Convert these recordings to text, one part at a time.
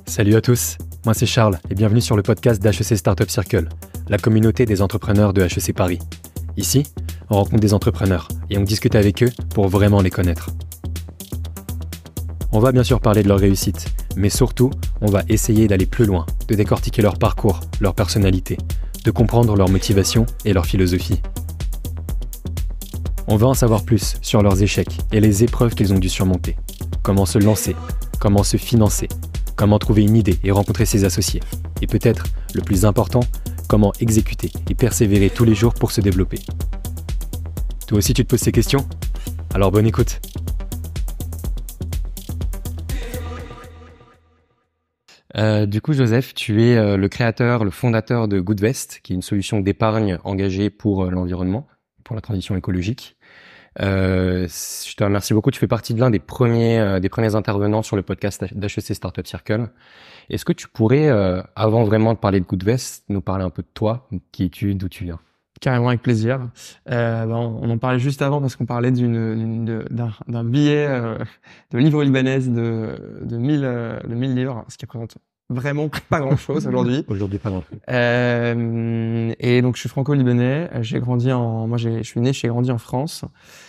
Salut à tous, moi c'est Charles et bienvenue sur le podcast d'HEC Startup Circle, la communauté des entrepreneurs de HEC Paris. Ici, on rencontre des entrepreneurs et on discute avec eux pour vraiment les connaître. On va bien sûr parler de leur réussite, mais surtout, on va essayer d'aller plus loin, de décortiquer leur parcours, leur personnalité, de comprendre leur motivation et leur philosophie. On va en savoir plus sur leurs échecs et les épreuves qu'ils ont dû surmonter. Comment se lancer, comment se financer, comment trouver une idée et rencontrer ses associés. Et peut-être, le plus important, comment exécuter et persévérer tous les jours pour se développer. Toi aussi tu te poses ces questions? Alors bonne écoute. Du coup, Joseph, tu es le créateur, le fondateur de Goodvest, qui est une solution d'épargne engagée pour l'environnement, pour la transition écologique. Je te remercie beaucoup. Tu fais partie de l'un des premiers intervenants sur le podcast d'HEC Startup Circle. Est-ce que tu pourrais, avant vraiment de parler de Goodvest, nous parler un peu de toi, qui es-tu, d'où tu viens? Carrément, avec plaisir. On en parlait juste avant parce qu'on parlait d'un billet de livre libanaise de 1000 livres, ce qui représente vraiment pas grand-chose aujourd'hui. Aujourd'hui, pas grand-chose. Et donc, je suis franco-libanais. Je suis né, j'ai grandi en France.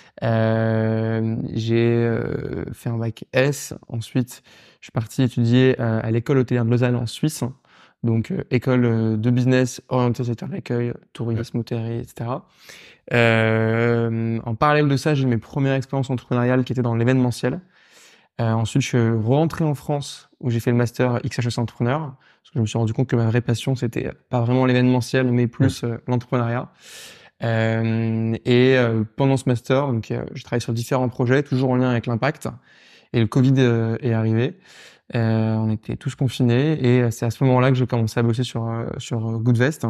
J'ai fait un bac S. Ensuite, je suis parti étudier à l'école hôtelière de Lausanne en Suisse. Donc, école de business orientée secteur d'accueil, tourisme, hôtellerie, etc. En parallèle de ça, j'ai eu mes premières expériences entrepreneuriales qui étaient dans l'événementiel. Ensuite, je suis rentré en France où j'ai fait le master XHEC Entrepreneur parce que je me suis rendu compte que ma vraie passion, c'était pas vraiment l'événementiel, mais plus l'entrepreneuriat. Pendant ce master, donc, je travaillé sur différents projets, toujours en lien avec l'impact. Et le Covid est arrivé. On était tous confinés et c'est à ce moment-là que j'ai commencé à bosser sur Goodvest,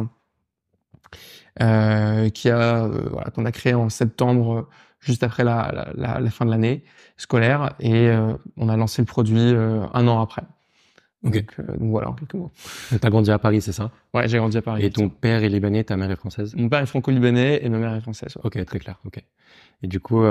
qu'on a créé en septembre, juste après la fin de l'année scolaire, et on a lancé le produit un an après. Okay. Donc voilà, en quelques mots. T'as grandi à Paris, c'est ça? Ouais, j'ai grandi à Paris. Et ton père est libanais, ta mère est française? Mon père est franco-libanais et ma mère est française. Ouais. Ok, très clair. Ok. Et du coup,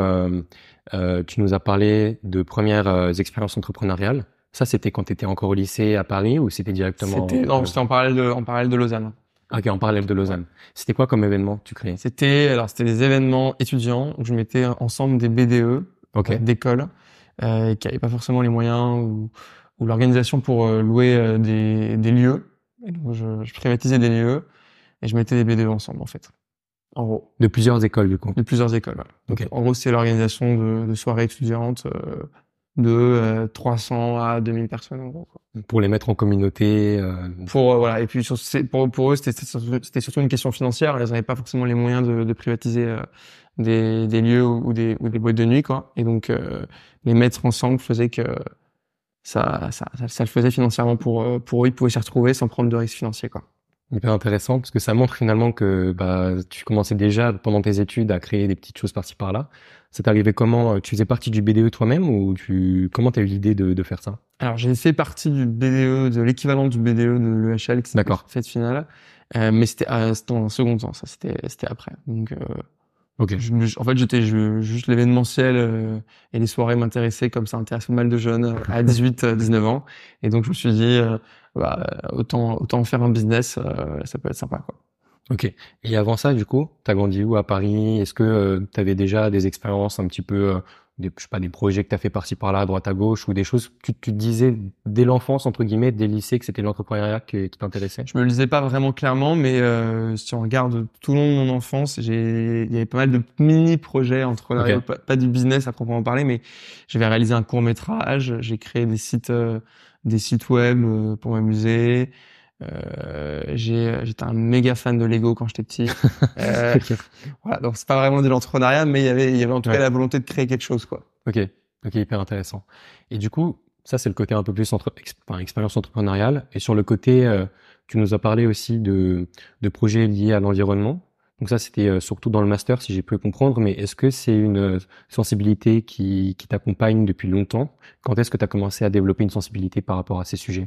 tu nous as parlé de premières expériences entrepreneuriales. Ça, c'était quand tu étais encore au lycée à Paris ou c'était directement... C'était en parallèle de Lausanne. Ok, en parallèle de Lausanne. Ouais. C'était quoi comme événement que tu créais? C'était des événements étudiants où je mettais ensemble des BDE d'écoles qui n'avaient pas forcément les moyens ou l'organisation pour louer des lieux. Et donc je privatisais des lieux et je mettais des BDE ensemble en fait. En gros. De plusieurs écoles du coup. De plusieurs écoles. Ouais. Donc, okay. En gros, c'est l'organisation de soirées étudiantes de 300 à 2000 personnes en gros. Quoi. Pour les mettre en communauté. Voilà. Et puis pour eux, c'était surtout une question financière. Ils n'avaient pas forcément les moyens de privatiser des lieux ou des boîtes de nuit, quoi. Et donc les mettre ensemble faisait que ça le faisait financièrement pour eux. Ils pouvaient s'y retrouver sans prendre de risques financiers, quoi. Hyper intéressant parce que ça montre finalement que tu commençais déjà pendant tes études à créer des petites choses par-ci par-là. Ça t'est arrivé comment? Tu faisais partie du BDE toi-même ou comment t'as eu l'idée de faire ça? Alors j'ai fait partie du BDE, de l'équivalent du BDE de l'EHL qui s'appelle Fête Finale, mais c'était en second temps, ça c'était après. Donc okay. En fait juste l'événementiel et les soirées m'intéressaient comme ça intéresse pas mal de jeunes à 18-19 ans, et donc je me suis dit autant faire un business, ça peut être sympa, quoi. Ok. Et avant ça, du coup, t'as grandi où à Paris? Est-ce que t'avais déjà des expériences un petit peu, des projets que t'as fait par-ci par-là, à droite à gauche, ou des choses que tu te disais dès l'enfance, entre guillemets, dès le lycée, que c'était l'entrepreneuriat qui t'intéressait? Je me le disais pas vraiment clairement, mais si on regarde tout le long de mon enfance, il y avait pas mal de mini-projets entrepreneuriaux, pas du business à proprement parler, mais j'avais réalisé un court-métrage, j'ai créé des sites web pour m'amuser. J'étais un méga fan de Lego quand j'étais petit. Voilà, donc c'est pas vraiment de l'entrepreneuriat, mais il y avait en tout cas la volonté de créer quelque chose, quoi. Ok, hyper intéressant. Et du coup, ça c'est le côté un peu plus expérience entrepreneuriale. Et sur le côté, tu nous as parlé aussi de projets liés à l'environnement. Donc ça c'était surtout dans le master, si j'ai pu comprendre. Mais est-ce que c'est une sensibilité qui t'accompagne depuis longtemps? Quand est-ce que tu as commencé à développer une sensibilité par rapport à ces sujets?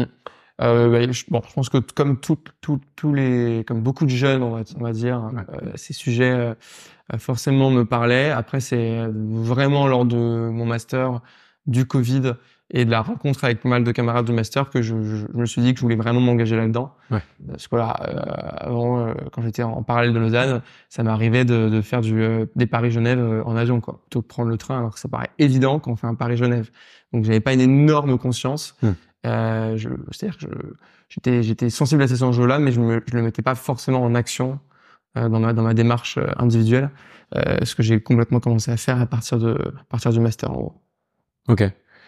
Je pense que comme comme beaucoup de jeunes, on va dire, ces sujets forcément me parlaient. Après, c'est vraiment lors de mon master du Covid et de la rencontre avec pas mal de camarades de master que je me suis dit que je voulais vraiment m'engager là-dedans. Ouais. Parce que voilà, avant, quand j'étais en parallèle de Lausanne, ça m'arrivait de faire des Paris-Genève en avion, quoi, plutôt que prendre le train, alors que ça paraît évident quand on fait un Paris-Genève. Donc j'avais pas une énorme conscience. C'est-à-dire que j'étais sensible à ces enjeux-là, mais je le mettais pas forcément en action dans ma démarche individuelle, ce que j'ai complètement commencé à faire à partir du master, en gros. Ok,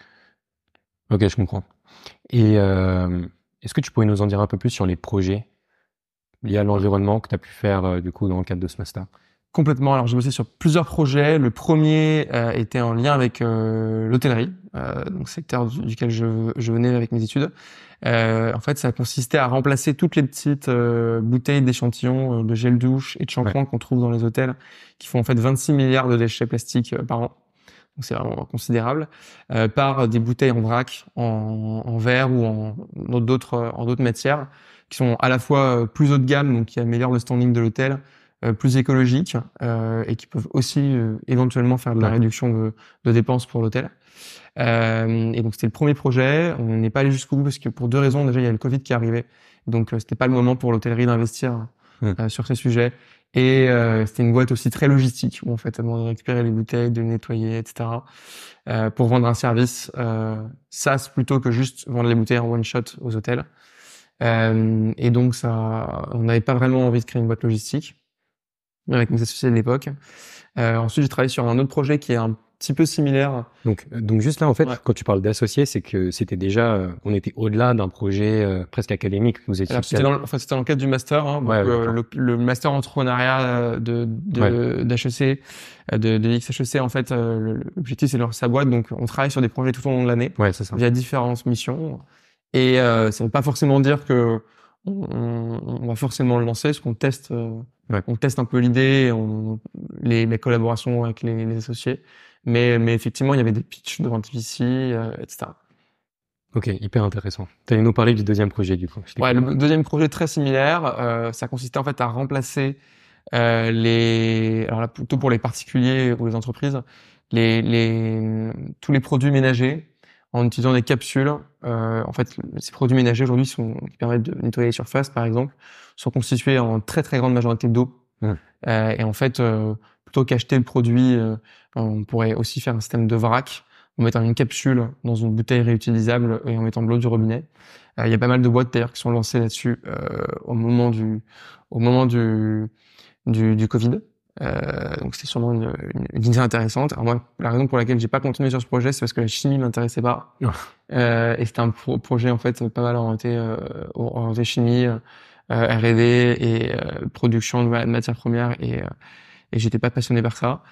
je comprends. Et est-ce que tu pourrais nous en dire un peu plus sur les projets liés à l'environnement que tu as pu faire du coup dans le cadre de ce master? Complètement. Alors, j'ai bossé sur plusieurs projets. Le premier était en lien avec l'hôtellerie, donc secteur duquel je venais avec mes études. En fait, ça consistait à remplacer toutes les petites bouteilles d'échantillons de gel douche et de shampoing qu'on trouve dans les hôtels, qui font en fait 26 milliards de déchets plastiques par an. Donc c'est vraiment considérable, par des bouteilles en vrac, en verre ou en d'autres matières, qui sont à la fois plus haut de gamme, donc qui améliorent le standing de l'hôtel, plus écologiques, et qui peuvent aussi éventuellement faire de la réduction de dépenses pour l'hôtel. Et donc c'était le premier projet. On n'est pas allé jusqu'au bout parce que pour deux raisons. Déjà, il y a le Covid qui est arrivé, donc c'était pas le moment pour l'hôtellerie d'investir sur ces sujets. Et c'était une boîte aussi très logistique où en fait, ça demandait de récupérer les bouteilles, de les nettoyer, etc. Pour vendre un service SaaS plutôt que juste vendre les bouteilles en one shot aux hôtels. Et donc ça, on n'avait pas vraiment envie de créer une boîte logistique avec mes associés de l'époque. Ensuite, j'ai travaillé sur un autre projet qui est un petit peu similaire. Donc juste là, en fait, quand tu parles d'associés, c'est que c'était déjà, on était au-delà d'un projet presque académique. Vous étiez. C'était dans le cadre du master, hein, donc le master entrepreneuriat d'HEC, de XHEC. En fait, l'objectif c'est de lancer sa boîte. Donc, on travaille sur des projets tout au long de l'année. Ouais, c'est ça. Via différentes missions. Et ça veut pas forcément dire que on va forcément le lancer, parce qu'on teste. On teste un peu l'idée, les collaborations avec les associés. Mais effectivement, il y avait des pitchs devant TVC, etc. Ok, hyper intéressant. Tu allais nous parler du deuxième projet, du coup. Ouais, le deuxième projet très similaire, ça consistait en fait à remplacer alors là plutôt pour les particuliers ou les entreprises, tous les produits ménagers en utilisant des capsules. En fait, ces produits ménagers aujourd'hui qui permettent de nettoyer les surfaces, par exemple, sont constitués en très très grande majorité d'eau. Et en fait, plutôt qu'acheter le produit, on pourrait aussi faire un système de vrac, en mettant une capsule dans une bouteille réutilisable et en mettant de l'eau du robinet. Il y a pas mal de boîtes d'ailleurs qui sont lancées là-dessus au moment du Covid. Donc c'était sûrement une idée intéressante. Alors moi, la raison pour laquelle j'ai pas continué sur ce projet, c'est parce que la chimie m'intéressait pas. Et c'était un projet en fait pas mal orienté chimie, R&D et production de matières premières, et j'étais pas passionné par ça.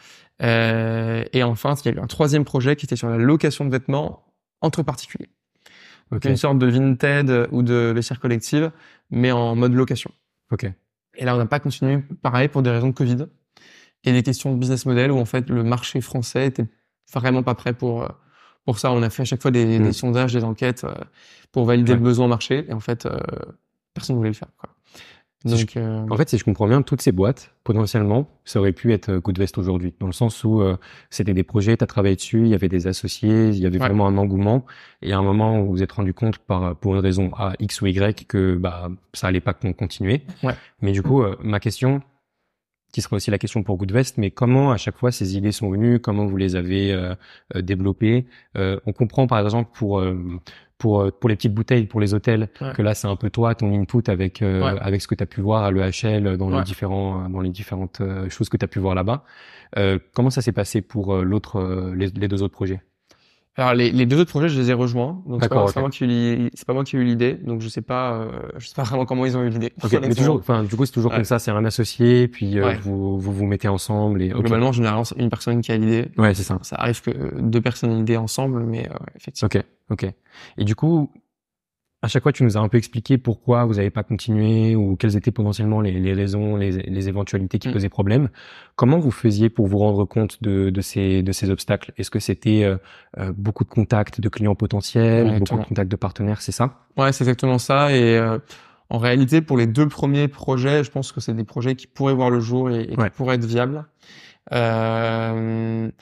Et enfin, il y a eu un troisième projet qui était sur la location de vêtements entre particuliers. Okay. Une sorte de Vinted ou de vestiaire collective, mais en mode location. Okay. Et là, on n'a pas continué, pareil, pour des raisons de Covid et des questions de business model où en fait le marché français était vraiment pas prêt pour ça. On a fait à chaque fois des sondages, des enquêtes pour valider le besoin marché, et en fait personne ne voulait le faire, quoi. Donc, en fait, si je comprends bien, toutes ces boîtes, potentiellement, ça aurait pu être Goodvest aujourd'hui, dans le sens où c'était des projets, tu as travaillé dessus, il y avait des associés, il y avait vraiment un engouement, et à un moment où vous vous êtes rendu compte pour une raison A, X ou Y que ça allait pas continuer. Mais du coup, ma question, qui serait aussi la question pour Goodvest, mais comment à chaque fois ces idées sont venues, comment vous les avez développées. On comprend par exemple pour les petites bouteilles, pour les hôtels, que là c'est un peu toi, ton input avec ce que tu as pu voir à l'EHL dans les différentes choses que tu as pu voir là-bas. Comment ça s'est passé pour les deux autres projets? Alors les deux autres projets, je les ai rejoints. Donc c'est pas moi qui ai eu l'idée, donc je sais pas vraiment comment ils ont eu l'idée. Mais toujours, du coup c'est toujours comme ça, c'est un associé, puis vous mettez ensemble et globalement généralement c'est une personne qui a l'idée. Ouais, c'est ça. Ça arrive que deux personnes aient l'idée ensemble, mais effectivement. Ok. Et du coup, à chaque fois, tu nous as un peu expliqué pourquoi vous n'avez pas continué ou quelles étaient potentiellement les raisons, les éventualités qui posaient problème. Comment vous faisiez pour vous rendre compte de ces obstacles? Est-ce que c'était beaucoup de contacts de clients potentiels, beaucoup de contacts de partenaires, c'est ça? Ouais, c'est exactement ça. Et en réalité, pour les deux premiers projets, je pense que c'est des projets qui pourraient voir le jour et qui pourraient être viables.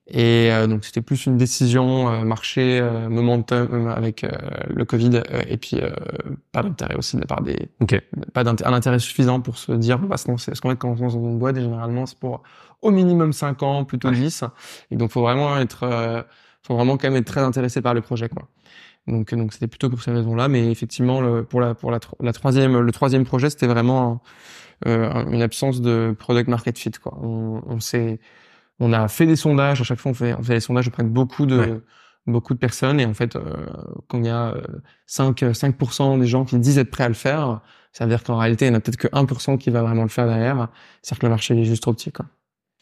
Et donc c'était plus une décision marché momentum avec le Covid et puis pas d'intérêt aussi de la part des Ok. pas un intérêt suffisant pour se dire on va se lancer. Parce qu'en fait quand on se lance dans une boîte, et généralement c'est pour au minimum 5 ans, plutôt Ouais. 10. Et donc faut vraiment quand même être très intéressé par le projet quoi. Donc c'était plutôt pour ces raisons-là, mais effectivement le troisième projet c'était vraiment une absence de product market fit quoi. On a fait des sondages, à chaque fois on fait des sondages auprès de Ouais. beaucoup de personnes et en fait quand il y a 5% des gens qui disent être prêts à le faire, ça veut dire qu'en réalité il y en a peut-être que 1% qui va vraiment le faire derrière, c'est-à-dire que le marché il est juste trop petit quoi.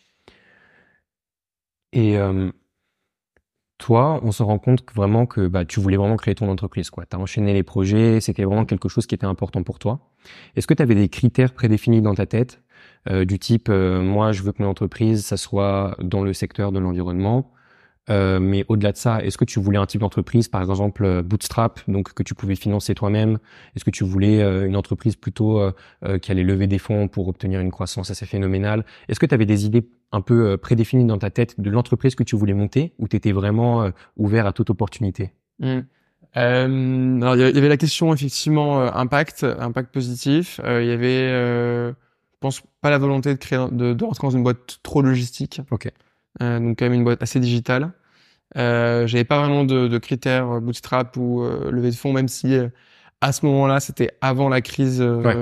Et toi, on se rend compte que vraiment que bah, tu voulais vraiment créer ton entreprise, quoi. Tu as enchaîné les projets, c'était vraiment quelque chose qui était important pour toi. Est-ce que tu avais des critères prédéfinis dans ta tête, du type, moi, je veux que mon entreprise, ça soit dans le secteur de l'environnement, mais au-delà de ça, est-ce que tu voulais un type d'entreprise, par exemple, bootstrap, donc que tu pouvais financer toi-même? Est-ce que tu voulais une entreprise plutôt qui allait lever des fonds pour obtenir une croissance assez phénoménale? Est-ce que tu avais des idées un peu prédéfinies dans ta tête de l'entreprise que tu voulais monter, ou tu étais vraiment ouvert à toute opportunité? Mm. Alors il y avait la question effectivement impact positif. Il y avait, je pense pas la volonté de créer de rentrer dans une boîte trop logistique. Ok. Donc quand même une boîte assez digitale. J'avais pas vraiment de critères bootstrap ou levée de fonds, même si à ce moment-là c'était avant la crise Ouais.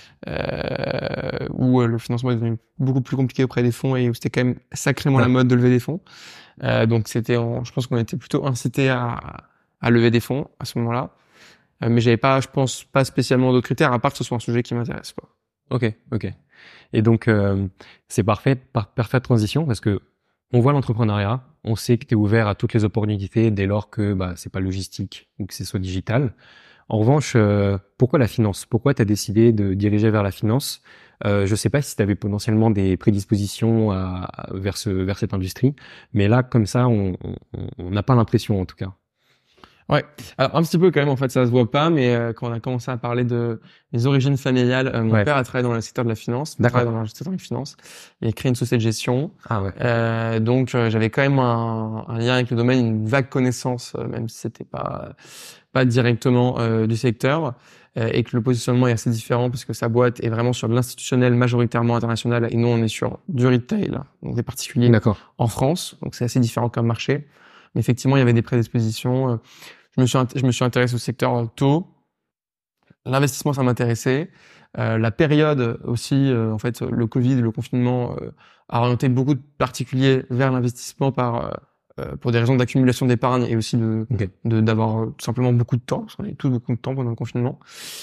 où le financement est devenu beaucoup plus compliqué auprès des fonds et où c'était quand même sacrément la Ouais. mode de lever des fonds. Donc je pense qu'on était plutôt incité à lever des fonds à ce moment-là. Mais j'avais pas, je pense, pas spécialement d'autres critères à part que ce soit un sujet qui m'intéresse, quoi. Ok. Ok. Et donc, c'est parfaite transition parce que on voit l'entrepreneuriat, on sait que tu es ouvert à toutes les opportunités dès lors que bah, c'est pas logistique ou que c'est soit digital. En revanche, pourquoi la finance? Pourquoi tu as décidé de diriger vers la finance? Je sais pas si tu avais potentiellement des prédispositions vers cette industrie, mais là, comme ça, on n'a pas l'impression en tout cas. Ouais, alors un petit peu quand même en fait ça se voit pas, mais quand on a commencé à parler de mes origines familiales, mon Ouais, père a travaillé dans le secteur de la finance, il travaille d'accord. dans le secteur de la finance, il a créé une société de gestion, Ah ouais, donc j'avais quand même un lien avec le domaine, une vague connaissance, même si c'était pas directement du secteur, et que le positionnement est assez différent parce que sa boîte est vraiment sur de l'institutionnel majoritairement international et nous on est sur du retail, donc des particuliers d'accord. en France, donc c'est assez différent comme marché. Mais effectivement, il y avait des prédispositions. Je me suis intéressé au secteur tôt. L'investissement, ça m'intéressait. La période aussi, en fait, le Covid, le confinement, a orienté beaucoup de particuliers vers l'investissement pour des raisons d'accumulation d'épargne et aussi Ok. d'avoir tout simplement beaucoup de temps, parce qu'on avait tous beaucoup de temps pendant le confinement.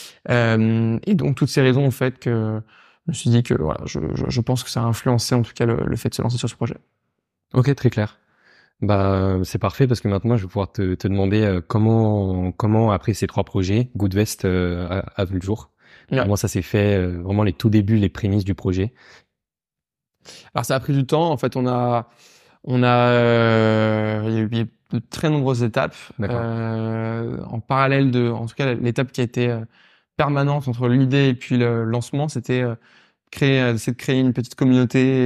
Et donc, toutes ces raisons ont fait que je me suis dit que voilà, je pense que ça a influencé en tout cas le fait de se lancer sur ce projet. Ok, très clair. Bah, c'est parfait parce que maintenant, je vais pouvoir te demander comment après ces trois projets, Goodvest a vu le jour. Ouais. Comment ça s'est fait, vraiment les tout débuts, les prémices du projet. Alors ça a pris du temps. En fait, il y a eu de très nombreuses étapes. D'accord. En parallèle en tout cas, l'étape qui a été permanente entre l'idée et puis le lancement, c'était c'est de créer une petite communauté,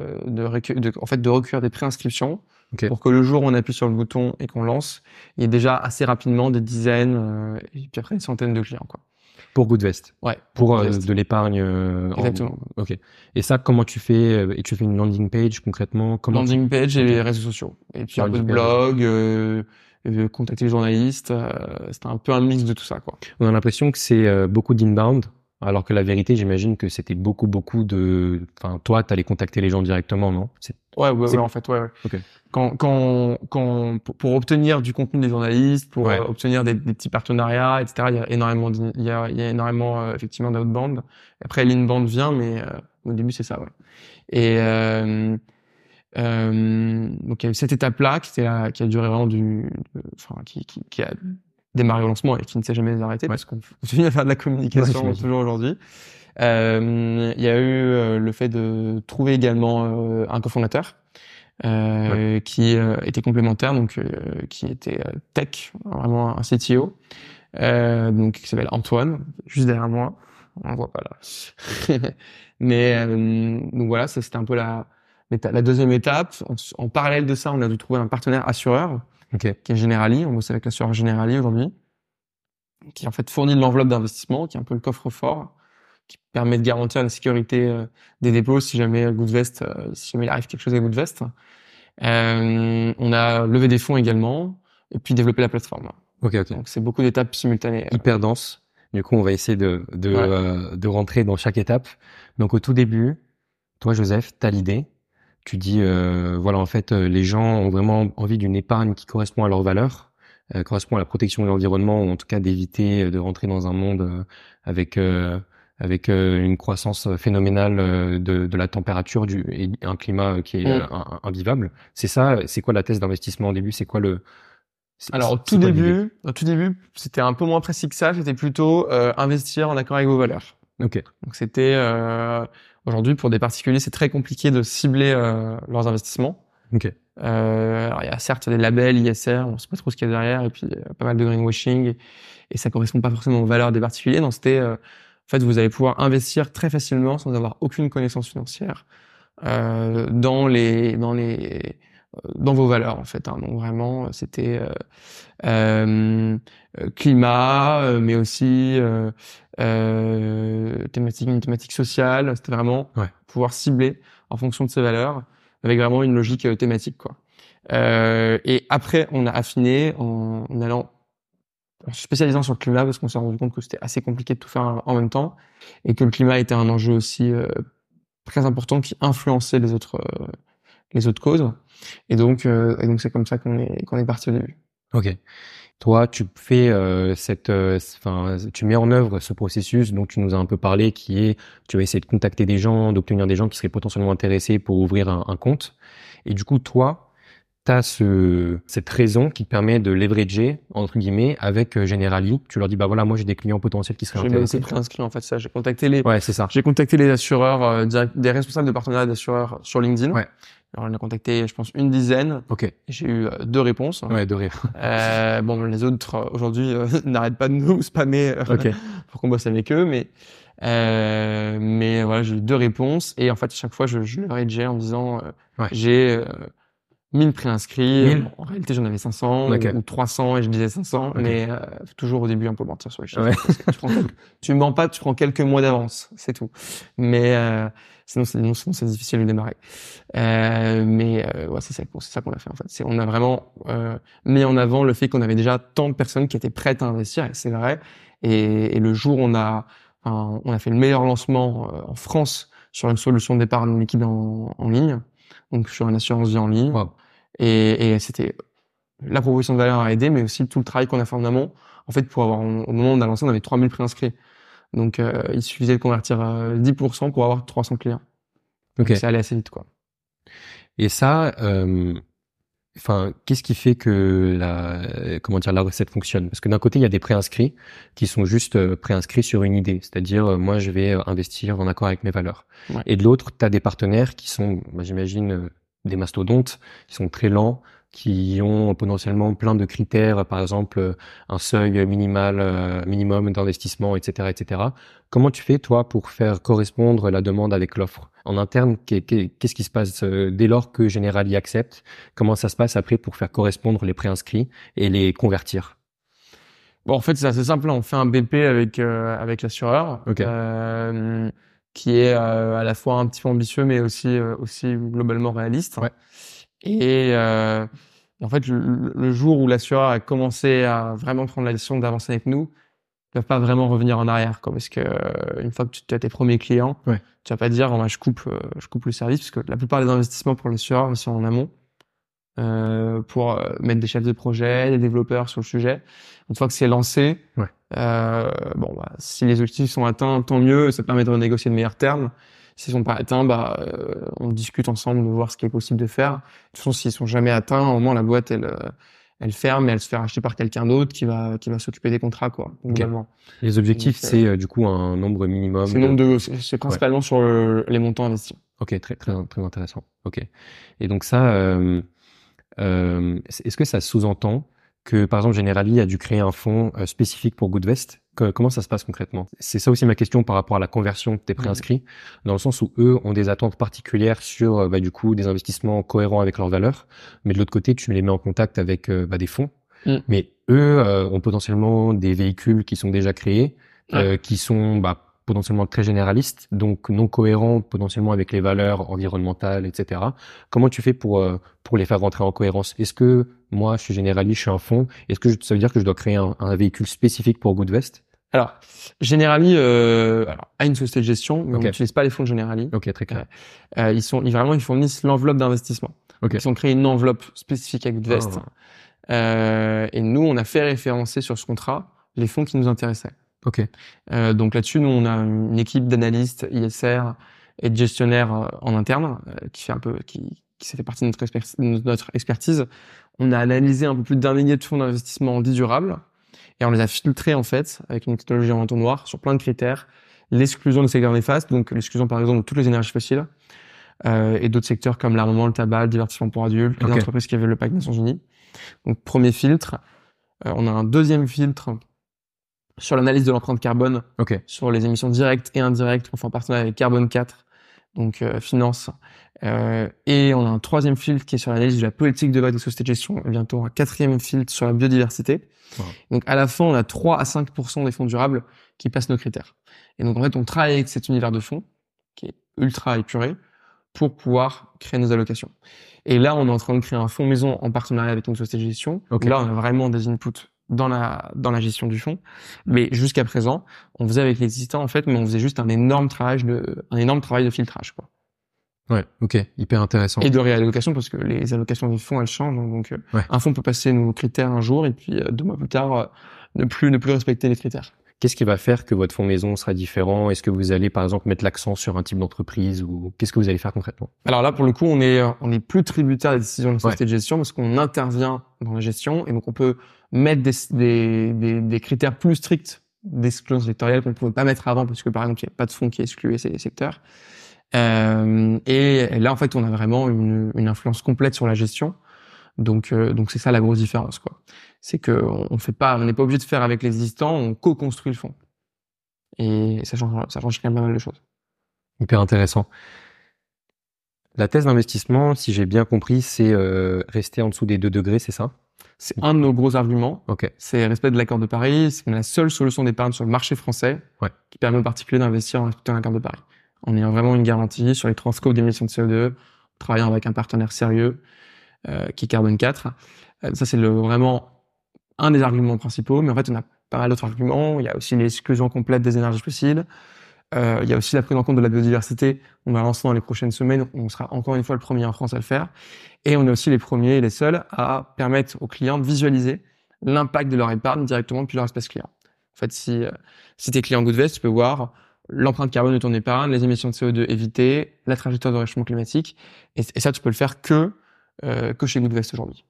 en fait, de recueillir des préinscriptions Ok. pour que le jour où on appuie sur le bouton et qu'on lance, il y ait déjà assez rapidement des dizaines et puis après des centaines de clients, quoi. Pour Goodvest. Ouais, pour Pour Goodvest. de l'épargne. Exactement. Ok. Et ça, comment tu fais et tu fais une landing page concrètement? Comment tu... Landing page et Ok. les réseaux sociaux. Et puis un peu de Landing page, réseau. blog, contacter les journalistes. C'était un peu un mix de tout ça, quoi. On a l'impression que c'est beaucoup d'inbound, alors que la vérité, j'imagine que c'était beaucoup de. Enfin, toi, t'allais contacter les gens directement, non? Ouais, C'est. en fait, ouais. Ok. Pour obtenir du contenu des journalistes, pour Ouais. obtenir des petits partenariats, etc. Il y a énormément, il y a énormément effectivement d'outbound. Après, l'inbound vient, mais au début c'est ça, ouais. Et donc il y a eu cette étape-là qui a duré vraiment enfin qui a démarré au lancement et qui ne s'est jamais arrêtée Ouais. parce qu'on continue à faire de la Ouais, communication j'imagine. toujours aujourd'hui. Il y a eu le fait de trouver également un cofondateur Ouais. qui était complémentaire, donc qui était tech, vraiment un CTO, donc qui s'appelle Antoine, juste derrière moi. On le voit pas là. Mais donc voilà, ça c'était un peu La deuxième étape, en parallèle de ça, on a dû trouver un partenaire assureur qui est Generali. On bosse avec l'assureur Generali aujourd'hui, qui en fait fournit de l'enveloppe d'investissement, qui est un peu le coffre-fort, qui permet de garantir la sécurité des dépôts si jamais si jamais il arrive quelque chose avec Goodvest. On a levé des fonds également et puis développé la plateforme. Donc c'est beaucoup d'étapes simultanées. Hyper dense. Du coup, on va essayer de rentrer dans chaque étape. Donc au tout début, toi Joseph, t'as l'idée. Tu dis voilà, en fait les gens ont vraiment envie d'une épargne qui correspond à leurs valeurs, correspond à la protection de l'environnement, ou en tout cas d'éviter de rentrer dans un monde avec une croissance phénoménale de la température et un climat qui est invivable. C'est ça. C'est quoi la thèse d'investissement au début? C'est quoi Alors au tout début, c'était un peu moins précis que ça. C'était plutôt investir en accord avec vos valeurs. Ok. Donc c'était aujourd'hui pour des particuliers, c'est très compliqué de cibler leurs investissements. Ok. Alors il y a certes des labels ISR, on sait pas trop ce qu'il y a derrière, et puis pas mal de greenwashing, et ça correspond pas forcément aux valeurs des particuliers. Donc c'était en fait, vous allez pouvoir investir très facilement sans avoir aucune connaissance financière dans vos valeurs en fait. Donc vraiment, c'était climat, mais aussi une thématique sociale. C'était vraiment pouvoir cibler en fonction de ces valeurs avec vraiment une logique thématique, quoi. Et après, on a affiné en se spécialisant sur le climat parce qu'on s'est rendu compte que c'était assez compliqué de tout faire en même temps et que le climat était un enjeu aussi très important qui influençait les autres causes. Et donc c'est comme ça qu'on est parti au début. Ok. Toi, tu fais tu mets en œuvre ce processus dont tu nous as un peu parlé, qui est, tu vas essayer de contacter des gens, d'obtenir des gens qui seraient potentiellement intéressés pour ouvrir un compte. Et du coup, toi, t'as cette raison qui te permet de leverager, entre guillemets, avec Generali. Tu leur dis, bah voilà, moi j'ai des clients potentiels qui seraient intéressés. J'ai préinscrit en fait ça. J'ai contacté les assureurs, des responsables de partenariat d'assureurs sur LinkedIn. Ouais. Alors on a contacté, je pense, une dizaine. Ok. J'ai eu 2 réponses. Ouais, 2 réponses. Bon, les autres aujourd'hui n'arrêtent pas de nous spammer pour qu'on bosse avec eux, mais voilà, j'ai eu 2 réponses et en fait à chaque fois je leur ai dit en disant j'ai 1000 préinscrits. 1000 En réalité, j'en avais 500 ou 300 et je disais 500, mais toujours au début un peu mentir sur les chiffres. Ouais. Tu mens pas, tu prends quelques mois d'avance, c'est tout. Mais sinon c'est difficile de démarrer. C'est ça qu'on a fait en fait. On a vraiment mis en avant le fait qu'on avait déjà tant de personnes qui étaient prêtes à investir, et c'est vrai. Et le jour où on a fait le meilleur lancement en France sur une solution d'épargne liquide en ligne, donc sur une assurance vie en ligne. Wow. Et c'était la proposition de valeur à aider, mais aussi tout le travail qu'on a fait en amont. En fait, au moment où on a lancé, on avait 3000 préinscrits. Donc, il suffisait de convertir 10% pour avoir 300 clients. Donc, c'est allé assez vite, quoi. Et ça, qu'est-ce qui fait que la recette fonctionne? Parce que d'un côté, il y a des préinscrits qui sont juste préinscrits sur une idée. C'est-à-dire, moi, je vais investir en accord avec mes valeurs. Ouais. Et de l'autre, tu as des partenaires qui sont, j'imagine, des mastodontes, qui sont très lents, qui ont potentiellement plein de critères, par exemple un seuil minimum d'investissement, etc., etc. Comment tu fais, toi, pour faire correspondre la demande avec l'offre? En interne, qu'est-ce qui se passe dès lors que Generali accepte? Comment ça se passe après pour faire correspondre les préinscrits et les convertir? Bon, en fait, c'est assez simple. On fait un BP avec l'assureur, qui est à la fois un petit peu ambitieux, mais aussi globalement réaliste. Ouais. Et en fait, le jour où l'assureur a commencé à vraiment prendre la décision d'avancer avec nous, ils peuvent pas vraiment revenir en arrière, quoi, parce que une fois que tu as tes premiers clients, tu vas pas dire je coupe le service, parce que la plupart des investissements pour l'assureur sont en amont pour mettre des chefs de projet, des développeurs sur le sujet. Une fois que c'est lancé, si les objectifs sont atteints, tant mieux, ça permet de renégocier de meilleurs termes. S'ils sont pas atteints, on discute ensemble de voir ce qui est possible de faire. De toute façon, s'ils sont jamais atteints, au moins la boîte elle ferme et elle se fait racheter par quelqu'un d'autre qui va s'occuper des contrats, quoi. Globalement. Les objectifs, c'est du coup un nombre minimum. C'est principalement sur les montants investis. Ok, très intéressant. Ok. Et donc ça, est-ce que ça sous-entend que, par exemple, Generali a dû créer un fonds spécifique pour Goodvest Comment ça se passe concrètement? C'est ça aussi ma question par rapport à la conversion de tes préinscrits, dans le sens où eux ont des attentes particulières sur du coup des investissements cohérents avec leurs valeurs, mais de l'autre côté tu les mets en contact avec des fonds, mais eux ont potentiellement des véhicules qui sont déjà créés, qui sont potentiellement très généralistes, donc non cohérents potentiellement avec les valeurs environnementales, etc. Comment tu fais pour les faire rentrer en cohérence? Est-ce que moi, je suis généraliste, je suis un fonds, est-ce que ça veut dire que je dois créer un véhicule spécifique pour Goodvest? Alors, Generali a une société de gestion, mais on n'utilise pas les fonds de Generali. Ok, très clair. Ils fournissent l'enveloppe d'investissement. Ils ont créé une enveloppe spécifique à Goodvest. Et nous, on a fait référencer sur ce contrat les fonds qui nous intéressaient. Donc là-dessus, nous, on a une équipe d'analystes ISR et de gestionnaires en interne qui s'est fait partie de notre expertise. On a analysé un peu plus d'1 millier de fonds d'investissement dits durables et on les a filtrés en fait avec une technologie en entonnoir sur plein de critères. L'exclusion des secteurs néfastes, donc l'exclusion par exemple de toutes les énergies fossiles et d'autres secteurs comme l'armement, le tabac, le divertissement pour adultes, les entreprises qui avaient le pacte des Nations Unies. Donc premier filtre. On a un deuxième filtre sur l'analyse de l'empreinte carbone, sur les émissions directes et indirectes. On fait en partenariat avec Carbone 4, donc finance. Et on a un troisième filtre qui est sur l'analyse de la politique de vote des sociétés de gestion. Et bientôt un quatrième filtre sur la biodiversité. Donc à la fin, on a 3 à 5% des fonds durables qui passent nos critères. Et donc en fait, on travaille avec cet univers de fonds qui est ultra épuré pour pouvoir créer nos allocations. Et là, on est en train de créer un fonds maison en partenariat avec une société de gestion. Là, on a vraiment des inputs dans la gestion du fonds. Mais jusqu'à présent, on faisait avec l'existant, en fait, mais on faisait juste un énorme travail de filtrage, quoi. Ouais, ok, hyper intéressant. Et de réallocation, parce que les allocations du fonds, elles changent. Donc, un fonds peut passer nos critères un jour et puis 2 mois plus tard, ne plus respecter les critères. Qu'est-ce qui va faire que votre fonds maison sera différent? Est-ce que vous allez, par exemple, mettre l'accent sur un type d'entreprise ou qu'est-ce que vous allez faire concrètement? Alors là, pour le coup, on est plus tributaire des décisions de la société de gestion parce qu'on intervient dans la gestion et donc on peut mettre des critères plus stricts d'exclusion sectorielle qu'on ne pouvait pas mettre avant parce que, par exemple, il n'y a pas de fonds qui excluait ces secteurs. Et là, en fait, on a vraiment une influence complète sur la gestion. Donc c'est ça la grosse différence, quoi. C'est que on n'est pas obligé de faire avec l'existant, on co-construit le fonds. Et ça change quand même pas mal de choses. Hyper intéressant. La thèse d'investissement, si j'ai bien compris, c'est rester en dessous des 2 degrés, c'est ça? C'est un de nos gros arguments. C'est respect de l'accord de Paris. C'est la seule solution d'épargne sur le marché français qui permet aux particuliers d'investir en respectant l'accord de Paris. En ayant vraiment une garantie sur les transcos d'émissions de CO2, travaillant avec un partenaire sérieux qui est Carbone 4. Ça, c'est vraiment un des arguments principaux, mais en fait, on a pas mal d'autres arguments. Il y a aussi l'exclusion complète des énergies fossiles. Il y a aussi la prise en compte de la biodiversité. On va lancer dans les prochaines semaines. On sera encore une fois le premier en France à le faire. Et on est aussi les premiers et les seuls à permettre aux clients de visualiser l'impact de leur épargne directement depuis leur espace client. En fait, si t'es client Goodvest, tu peux voir l'empreinte carbone de ton épargne, les émissions de CO2 évitées, la trajectoire de réchauffement climatique. Et ça, tu peux le faire que chez Goodvest aujourd'hui.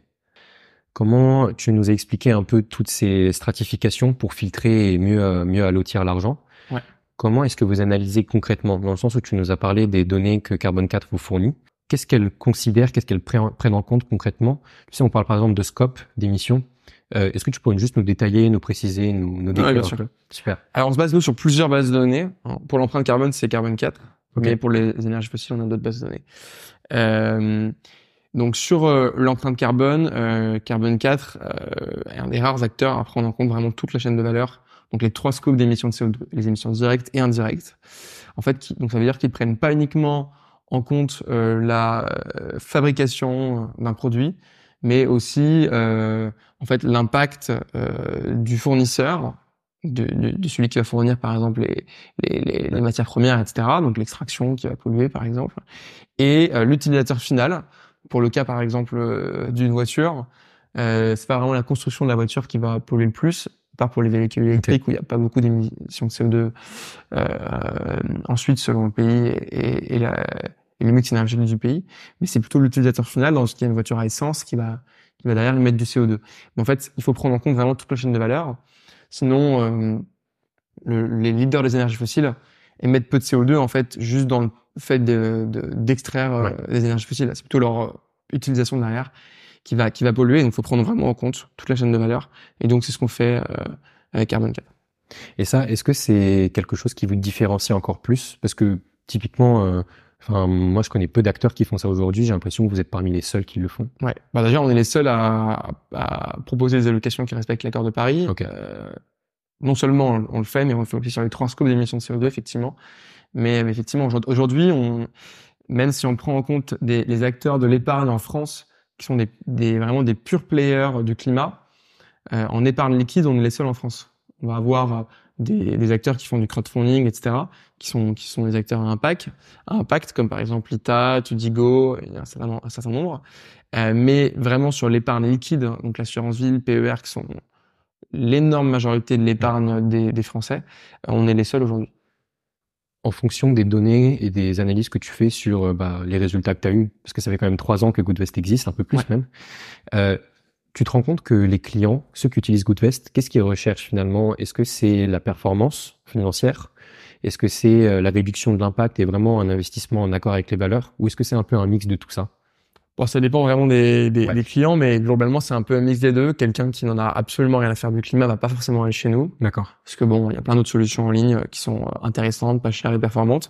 Comment tu nous as expliqué un peu toutes ces stratifications pour filtrer et mieux allotir l'argent? Comment est-ce que vous analysez concrètement, dans le sens où tu nous as parlé des données que Carbone 4 vous fournit? Qu'est-ce qu'elles considèrent, qu'est-ce qu'elles prennent en compte concrètement? Tu sais, on parle par exemple de scope d'émissions. Est-ce que tu pourrais juste nous détailler, nous préciser, nous décrire? Bien sûr. Super. Alors, on se base nous sur plusieurs bases de données. Pour l'empreinte carbone, c'est Carbone 4. Mais pour les énergies fossiles, on a d'autres bases de données. Donc sur l'empreinte carbone, Carbone 4 est un des rares acteurs à prendre en compte vraiment toute la chaîne de valeur. Donc les 3 scopes d'émissions de CO2, les émissions directes et indirectes. En fait, donc ça veut dire qu'ils prennent pas uniquement en compte la fabrication d'un produit, mais aussi en fait l'impact du fournisseur, de celui qui va fournir par exemple les matières premières, etc. Donc l'extraction qui va polluer par exemple, et l'utilisateur final. Pour le cas par exemple d'une voiture, c'est pas vraiment la construction de la voiture qui va polluer le plus, à part pour les véhicules électriques où il n'y a pas beaucoup d'émissions de CO2. Ensuite, selon le pays et le mix énergétique du pays, mais c'est plutôt l'utilisateur final dans ce qui est une voiture à essence qui va derrière mettre du CO2. Mais en fait, il faut prendre en compte vraiment toute la chaîne de valeur. Sinon, les leaders des énergies fossiles émettent peu de CO2 en fait juste dans le fait d'extraire des énergies fossiles. C'est plutôt leur utilisation derrière qui va polluer. Donc, il faut prendre vraiment en compte toute la chaîne de valeur. Et donc, c'est ce qu'on fait avec Carbone 4. Et ça, est-ce que c'est quelque chose qui vous différencie encore plus? Parce que typiquement, enfin, moi, je connais peu d'acteurs qui font ça aujourd'hui. J'ai l'impression que vous êtes parmi les seuls qui le font. Ouais. Bah, déjà, on est les seuls à proposer des allocations qui respectent l'accord de Paris. Ok. Non seulement on le fait, mais on le fait aussi sur les transcos d'émissions de CO2, effectivement. Mais effectivement, aujourd'hui, même si on prend en compte les acteurs de l'épargne en France, qui sont vraiment des purs players du climat, en épargne liquide, on est les seuls en France. On va avoir des acteurs qui font du crowdfunding, etc., qui sont des acteurs à impact, comme par exemple Ita, Tudigo, il y a un certain nombre. Mais vraiment sur l'épargne liquide, donc l'assurance vie, le PER, qui sont l'énorme majorité de l'épargne des Français, on est les seuls aujourd'hui. En fonction des données et des analyses que tu fais sur les résultats que tu as eus, parce que ça fait quand même 3 ans que Goodvest existe, un peu plus même, tu te rends compte que les clients, ceux qui utilisent Goodvest, qu'est-ce qu'ils recherchent finalement? Est-ce que c'est la performance financière? Est-ce que c'est la réduction de l'impact et vraiment un investissement en accord avec les valeurs? Ou est-ce que c'est un peu un mix de tout ça? Bon, ça dépend vraiment des clients, mais globalement, c'est un peu un mix des deux. Quelqu'un qui n'en a absolument rien à faire du climat va pas forcément aller chez nous. D'accord. Parce que bon, il y a plein d'autres solutions en ligne qui sont intéressantes, pas chères et performantes.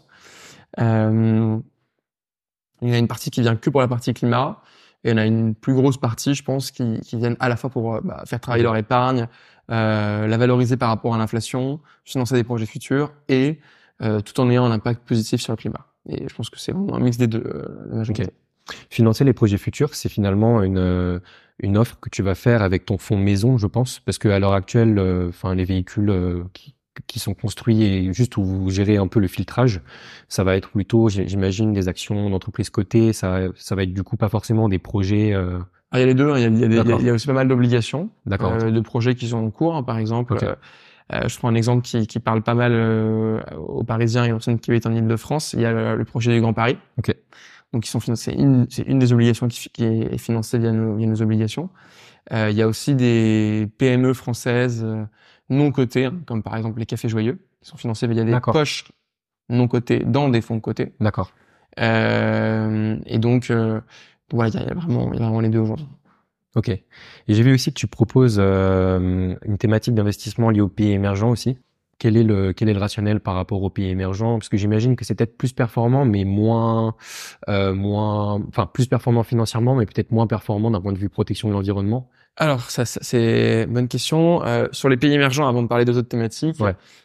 Il y en a une partie qui vient que pour la partie climat. Et il y en a une plus grosse partie, je pense, qui viennent à la fois pour faire travailler leur épargne, la valoriser par rapport à l'inflation, financer des projets futurs et tout en ayant un impact positif sur le climat. Et je pense que c'est vraiment un mix des deux, la majorité. Okay. Financer les projets futurs, c'est finalement une offre que tu vas faire avec ton fonds maison, je pense, parce que à l'heure actuelle, enfin les véhicules qui sont construits et juste où vous gérez un peu le filtrage, ça va être plutôt, j'imagine, des actions d'entreprise cotées. Ça va être du coup pas forcément des projets. Ah, il y a les deux. Il y a aussi pas mal d'obligations, de projets qui sont en cours. Hein, par exemple, okay. Je prends un exemple qui parle pas mal aux Parisiens et aux personnes qui habitent en Île-de-France. Il y a le projet du Grand Paris. Okay. Donc, ils sont financés. C'est une des obligations qui est financée via nos obligations. Il y a aussi des PME françaises non cotées, hein, comme par exemple les Cafés Joyeux, qui sont financés via des poches non cotées dans des fonds cotés. D'accord. Et donc, voilà, il y a vraiment les deux aujourd'hui. Ok. Et j'ai vu aussi que tu proposes une thématique d'investissement liée aux pays émergents aussi. Quel est le rationnel par rapport aux pays émergents? Parce que j'imagine que c'est peut-être plus performant, mais enfin plus performant financièrement, mais peut-être moins performant d'un point de vue protection de l'environnement. Alors ça c'est une bonne question. Sur les pays émergents, avant de parler d'autres thématiques,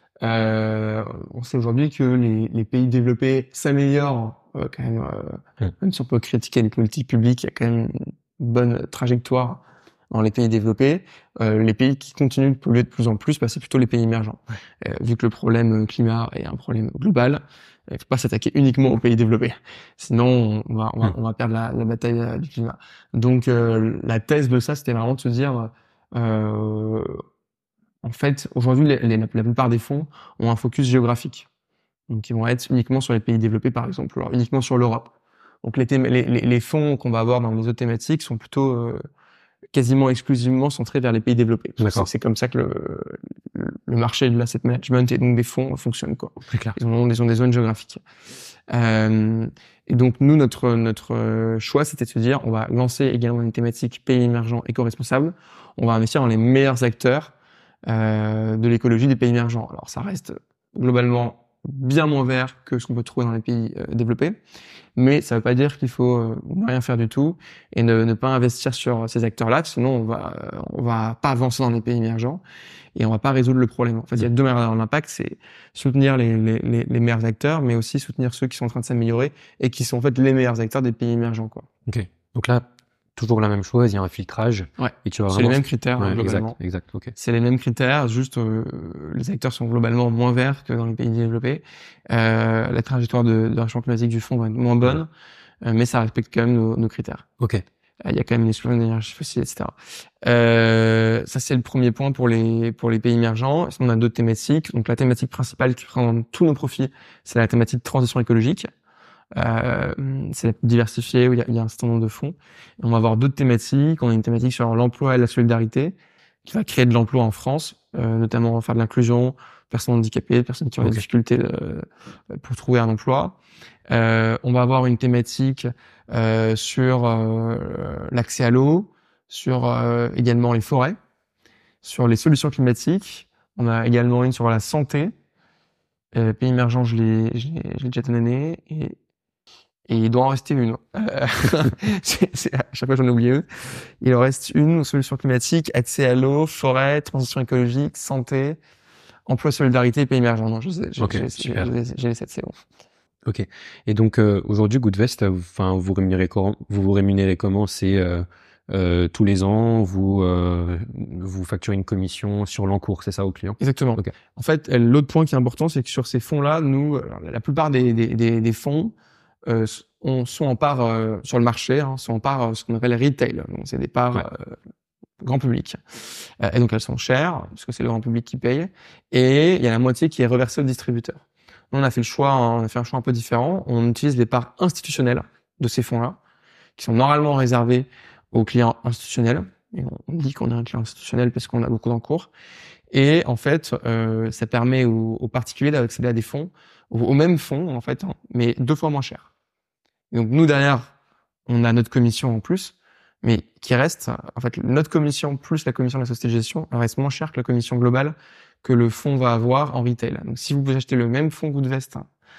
on sait aujourd'hui que les pays développés s'améliorent quand même. Même si on peut critiquer les politiques publiques, il y a quand même une bonne trajectoire dans les pays développés. Les pays qui continuent de polluer de plus en plus, c'est plutôt les pays émergents. Vu que le problème climat est un problème global, il faut pas s'attaquer uniquement aux pays développés. Sinon, on va perdre la bataille du climat. Donc, la thèse de ça, c'était vraiment de se dire, en fait, aujourd'hui, la plupart des fonds ont un focus géographique. Donc, ils vont être uniquement sur les pays développés, par exemple, alors uniquement sur l'Europe. Donc, les fonds qu'on va avoir dans les autres thématiques sont plutôt quasiment exclusivement centrés vers les pays développés. C'est comme ça que le marché de l'asset management et donc des fonds fonctionne, quoi. C'est clair. Ils ont des zones géographiques. Et donc nous, notre choix, c'était de se dire, on va lancer également une thématique pays émergents éco-responsables. On va investir dans les meilleurs acteurs de l'écologie des pays émergents. Alors ça reste globalement bien moins vert que ce qu'on peut trouver dans les pays développés, mais ça veut pas dire qu'il faut ne rien faire du tout et ne pas investir sur ces acteurs-là, sinon on va pas avancer dans les pays émergents et on va pas résoudre le problème. En fait, il y a deux manières d'avoir l'impact, c'est soutenir les meilleurs acteurs, mais aussi soutenir ceux qui sont en train de s'améliorer et qui sont en fait les meilleurs acteurs des pays émergents, quoi. Ok. Donc là, toujours la même chose, il y a un filtrage. Ouais. Et tu vas c'est les mêmes critères, globalement. Exact. Ok. C'est les mêmes critères, juste les acteurs sont globalement moins verts que dans les pays développés. La trajectoire de réchauffement climatique du fonds va être moins bonne, mais ça respecte quand même nos critères. Ok. Il y a quand même une explosion d'énergie fossile, etc. Ça, c'est le premier point pour les pays émergents. On a d'autres thématiques. Donc, la thématique principale qui prend tous nos profits, c'est la thématique de transition écologique. C'est la plus diversifiée, où il y a un certain nombre de fonds. Et on va avoir d'autres thématiques. On a une thématique sur l'emploi et la solidarité, qui va créer de l'emploi en France, notamment faire de l'inclusion, personnes handicapées, personnes qui ont des difficultés pour trouver un emploi. On va avoir une thématique sur l'accès à l'eau, sur également les forêts, sur les solutions climatiques. On a également une sur la santé. Pays émergent, je l'ai déjà donné et il doit en rester une. À chaque fois j'en oublie une. Il en reste une aux solutions climatiques, accès à l'eau, forêt, transition écologique, santé, emploi, solidarité, pays émergents. Non, j'ai les 7, c'est bon. Ok. Et donc aujourd'hui, Goodvest, enfin vous vous rémunérez comment? C'est tous les ans, vous facturez une commission sur l'encours, c'est ça, au client? Exactement. Ok. En fait, l'autre point qui est important, c'est que sur ces fonds-là, nous, la plupart des fonds sont en part sur le marché, hein, sont en part ce qu'on appelle retail. Donc c'est des parts grand public. Et donc elles sont chères parce que c'est le grand public qui paye. Et il y a la moitié qui est reversée au distributeur. Nous, on a fait un choix un peu différent. On utilise les parts institutionnelles de ces fonds-là, qui sont normalement réservées aux clients institutionnels. Et on dit qu'on est un client institutionnel parce qu'on a beaucoup d'encours. Et en fait, ça permet aux particuliers d'accéder à des fonds, aux mêmes fonds en fait, hein, mais 2 fois moins cher. Et donc nous derrière, on a notre commission en plus, mais qui reste, en fait, notre commission plus la commission de la société de gestion reste moins chère que la commission globale que le fonds va avoir en retail. Donc si vous achetez le même fonds Goodvest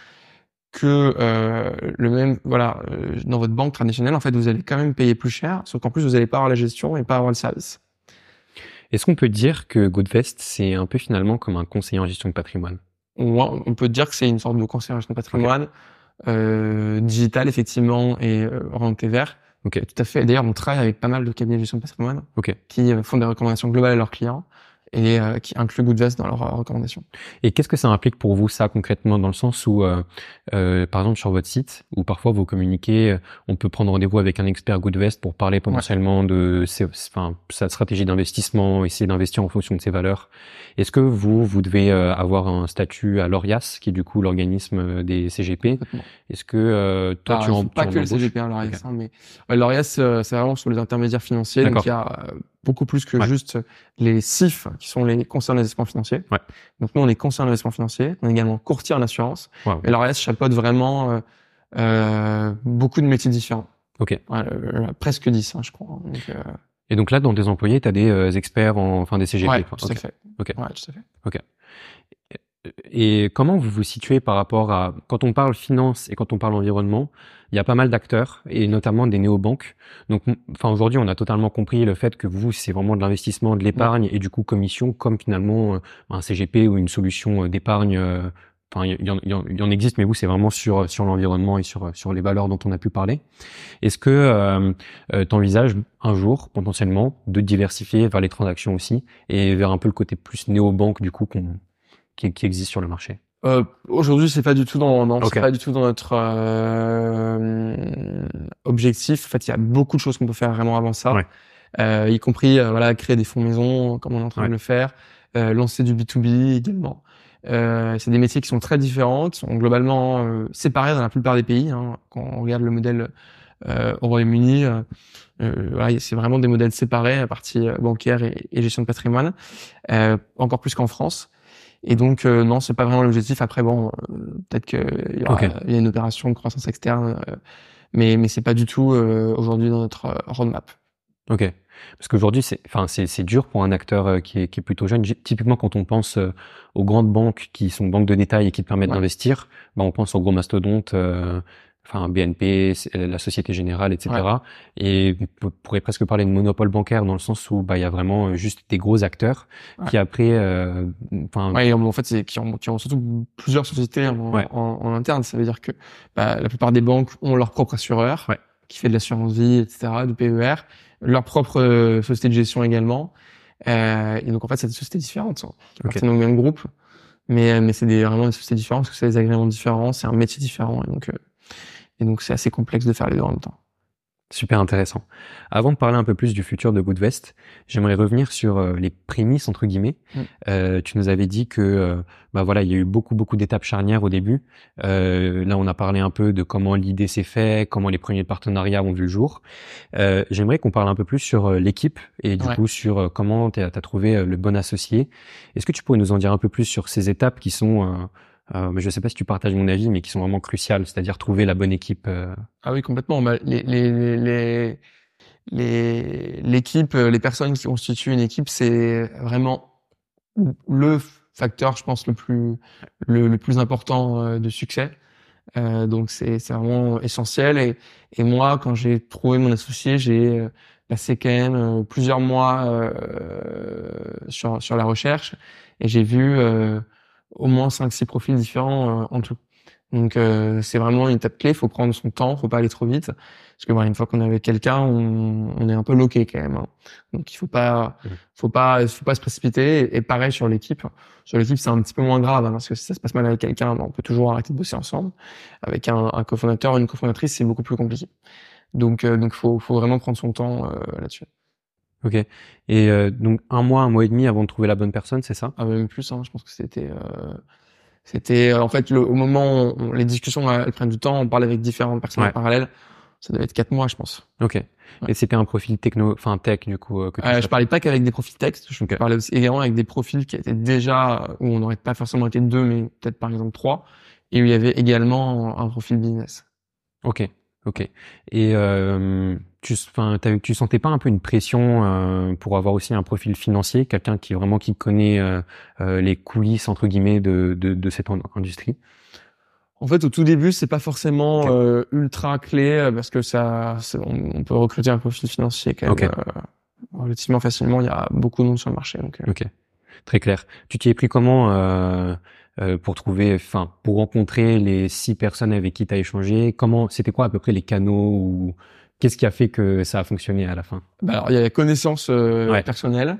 que le même, dans votre banque traditionnelle, en fait, vous allez quand même payer plus cher, sauf qu'en plus vous allez pas avoir la gestion et pas avoir le service. Est-ce qu'on peut dire que Goodvest, c'est un peu finalement comme un conseiller en gestion de patrimoine? On peut dire que c'est une sorte de conseiller en gestion de patrimoine, digital effectivement et orienté vers. Ok. Tout à fait. D'ailleurs, on travaille avec pas mal de cabinets de gestion de patrimoine qui font des recommandations globales à leurs clients et qui incluent Goodvest dans leurs recommandations. Et qu'est-ce que ça implique pour vous, ça, concrètement, dans le sens où, par exemple, sur votre site, où parfois vous communiquez, on peut prendre rendez-vous avec un expert Goodvest pour parler potentiellement de sa stratégie d'investissement, essayer d'investir en fonction de ses valeurs. Est-ce que vous devez avoir un statut à l'ORIAS, qui est du coup l'organisme des CGP? Est-ce que toi, tu en pas que le CGP, l'ORIAS, hein, mais l'ORIAS, c'est vraiment sur les intermédiaires financiers. Donc il y a beaucoup plus que juste les CIF, qui sont les conseillers en investissement financier. Donc nous, on est conseillers en investissement financier. On est également courtier en assurance. Et l'ORIAS chapeaute vraiment beaucoup de métiers différents. Presque 10, hein, je crois. Donc, et donc là, dans tes employés, tu as des experts des CGP. Tout à fait. Ouais, tout à fait. Ok. Et comment vous vous situez par rapport à, quand on parle finance et quand on parle environnement, il y a pas mal d'acteurs et notamment des néobanques. Donc, aujourd'hui, on a totalement compris le fait que vous, c'est vraiment de l'investissement, de l'épargne et du coup commission, comme finalement un CGP ou une solution d'épargne. Il y en existe, mais vous, c'est vraiment sur l'environnement et sur les valeurs dont on a pu parler. Est-ce que t'envisages un jour potentiellement de diversifier vers les transactions aussi et vers un peu le côté plus néobanque du coup qui existe sur le marché? Aujourd'hui, c'est pas du tout c'est pas du tout dans notre objectif. En fait, il y a beaucoup de choses qu'on peut faire vraiment avant ça, y compris créer des fonds maison comme on est en train de le faire, lancer du B2B également. C'est des métiers qui sont très différents, qui sont globalement séparés dans la plupart des pays. Hein. Quand on regarde le modèle au Royaume-Uni, c'est vraiment des modèles séparés, la partie bancaire et gestion de patrimoine, encore plus qu'en France. Et donc non, c'est pas vraiment l'objectif. Après peut-être qu'il y a une opération de croissance externe, mais c'est pas du tout aujourd'hui dans notre roadmap. Ok. Parce qu'aujourd'hui, c'est dur pour un acteur qui est plutôt jeune. Typiquement, quand on pense aux grandes banques qui sont banques de détail et qui te permettent d'investir, on pense aux gros mastodontes, BNP, la Société Générale, etc. Et on pourrait presque parler de monopole bancaire dans le sens où il y a vraiment juste des gros acteurs qui après, en fait, qui ont surtout plusieurs sociétés en interne. Ça veut dire que la plupart des banques ont leur propre assureur qui fait de l'assurance vie, etc., du PER, leur propre société de gestion également. Et donc en fait, c'est des sociétés différentes. C'est dans le même groupe, mais c'est vraiment des sociétés différentes parce que c'est des agréments différents, c'est un métier différent, et donc c'est assez complexe de faire les deux en même temps. Super intéressant. Avant de parler un peu plus du futur de Goodvest, j'aimerais revenir sur les prémices entre guillemets. Tu nous avais dit que il y a eu beaucoup d'étapes charnières au début. Là, on a parlé un peu de comment l'idée s'est fait, comment les premiers partenariats ont vu le jour. J'aimerais qu'on parle un peu plus sur l'équipe et du coup sur comment t'as trouvé le bon associé. Est-ce que tu pourrais nous en dire un peu plus sur ces étapes qui sont je ne sais pas si tu partages mon avis, mais qui sont vraiment cruciales, c'est-à-dire trouver la bonne équipe. Ah oui, complètement. L'équipe, les personnes qui constituent une équipe, c'est vraiment facteur, je pense, le plus important de succès. Donc c'est vraiment essentiel. Et moi, quand j'ai trouvé mon associé, j'ai passé quand même plusieurs mois sur la recherche et j'ai vu au moins 5-6 profils différents en tout. Donc c'est vraiment une étape clé. Il faut prendre son temps, faut pas aller trop vite, parce que voilà, une fois qu'on est avec quelqu'un, on est un peu loqué quand même. Hein. Donc il faut pas se précipiter. Et pareil sur l'équipe. Sur l'équipe, c'est un petit peu moins grave, hein, parce que si ça se passe mal avec quelqu'un, ben, on peut toujours arrêter de bosser ensemble. Avec un cofondateur ou une cofondatrice, c'est beaucoup plus compliqué. Donc faut vraiment prendre son temps là-dessus. Ok. Et donc un mois et demi avant de trouver la bonne personne, c'est ça? Ah, même plus, hein, je pense que c'était en fait au moment où les discussions elles prennent du temps, on parle avec différentes personnes en parallèle. Ça devait être 4 mois, je pense. Ok. Ouais. Et c'était un profil tech du coup que je parlais pas qu'avec des profils texte, je parlais aussi également avec des profils qui étaient déjà où on n'aurait pas forcément été 2, mais peut-être par exemple 3, et où il y avait également un profil business. Ok. Et tu sentais pas un peu une pression pour avoir aussi un profil financier, quelqu'un qui connaît les coulisses entre guillemets de cette industrie? En fait, au tout début, c'est pas forcément ultra clé parce que on peut recruter un profil financier quand même relativement facilement. Il y a beaucoup de monde sur le marché. Donc, Ok, très clair. Tu t'y es pris comment pour pour rencontrer les 6 personnes avec qui tu as échangé? C'était quoi à peu près les canaux ou qu'est-ce qui a fait que ça a fonctionné à la fin? Alors, il y a la connaissance personnelle.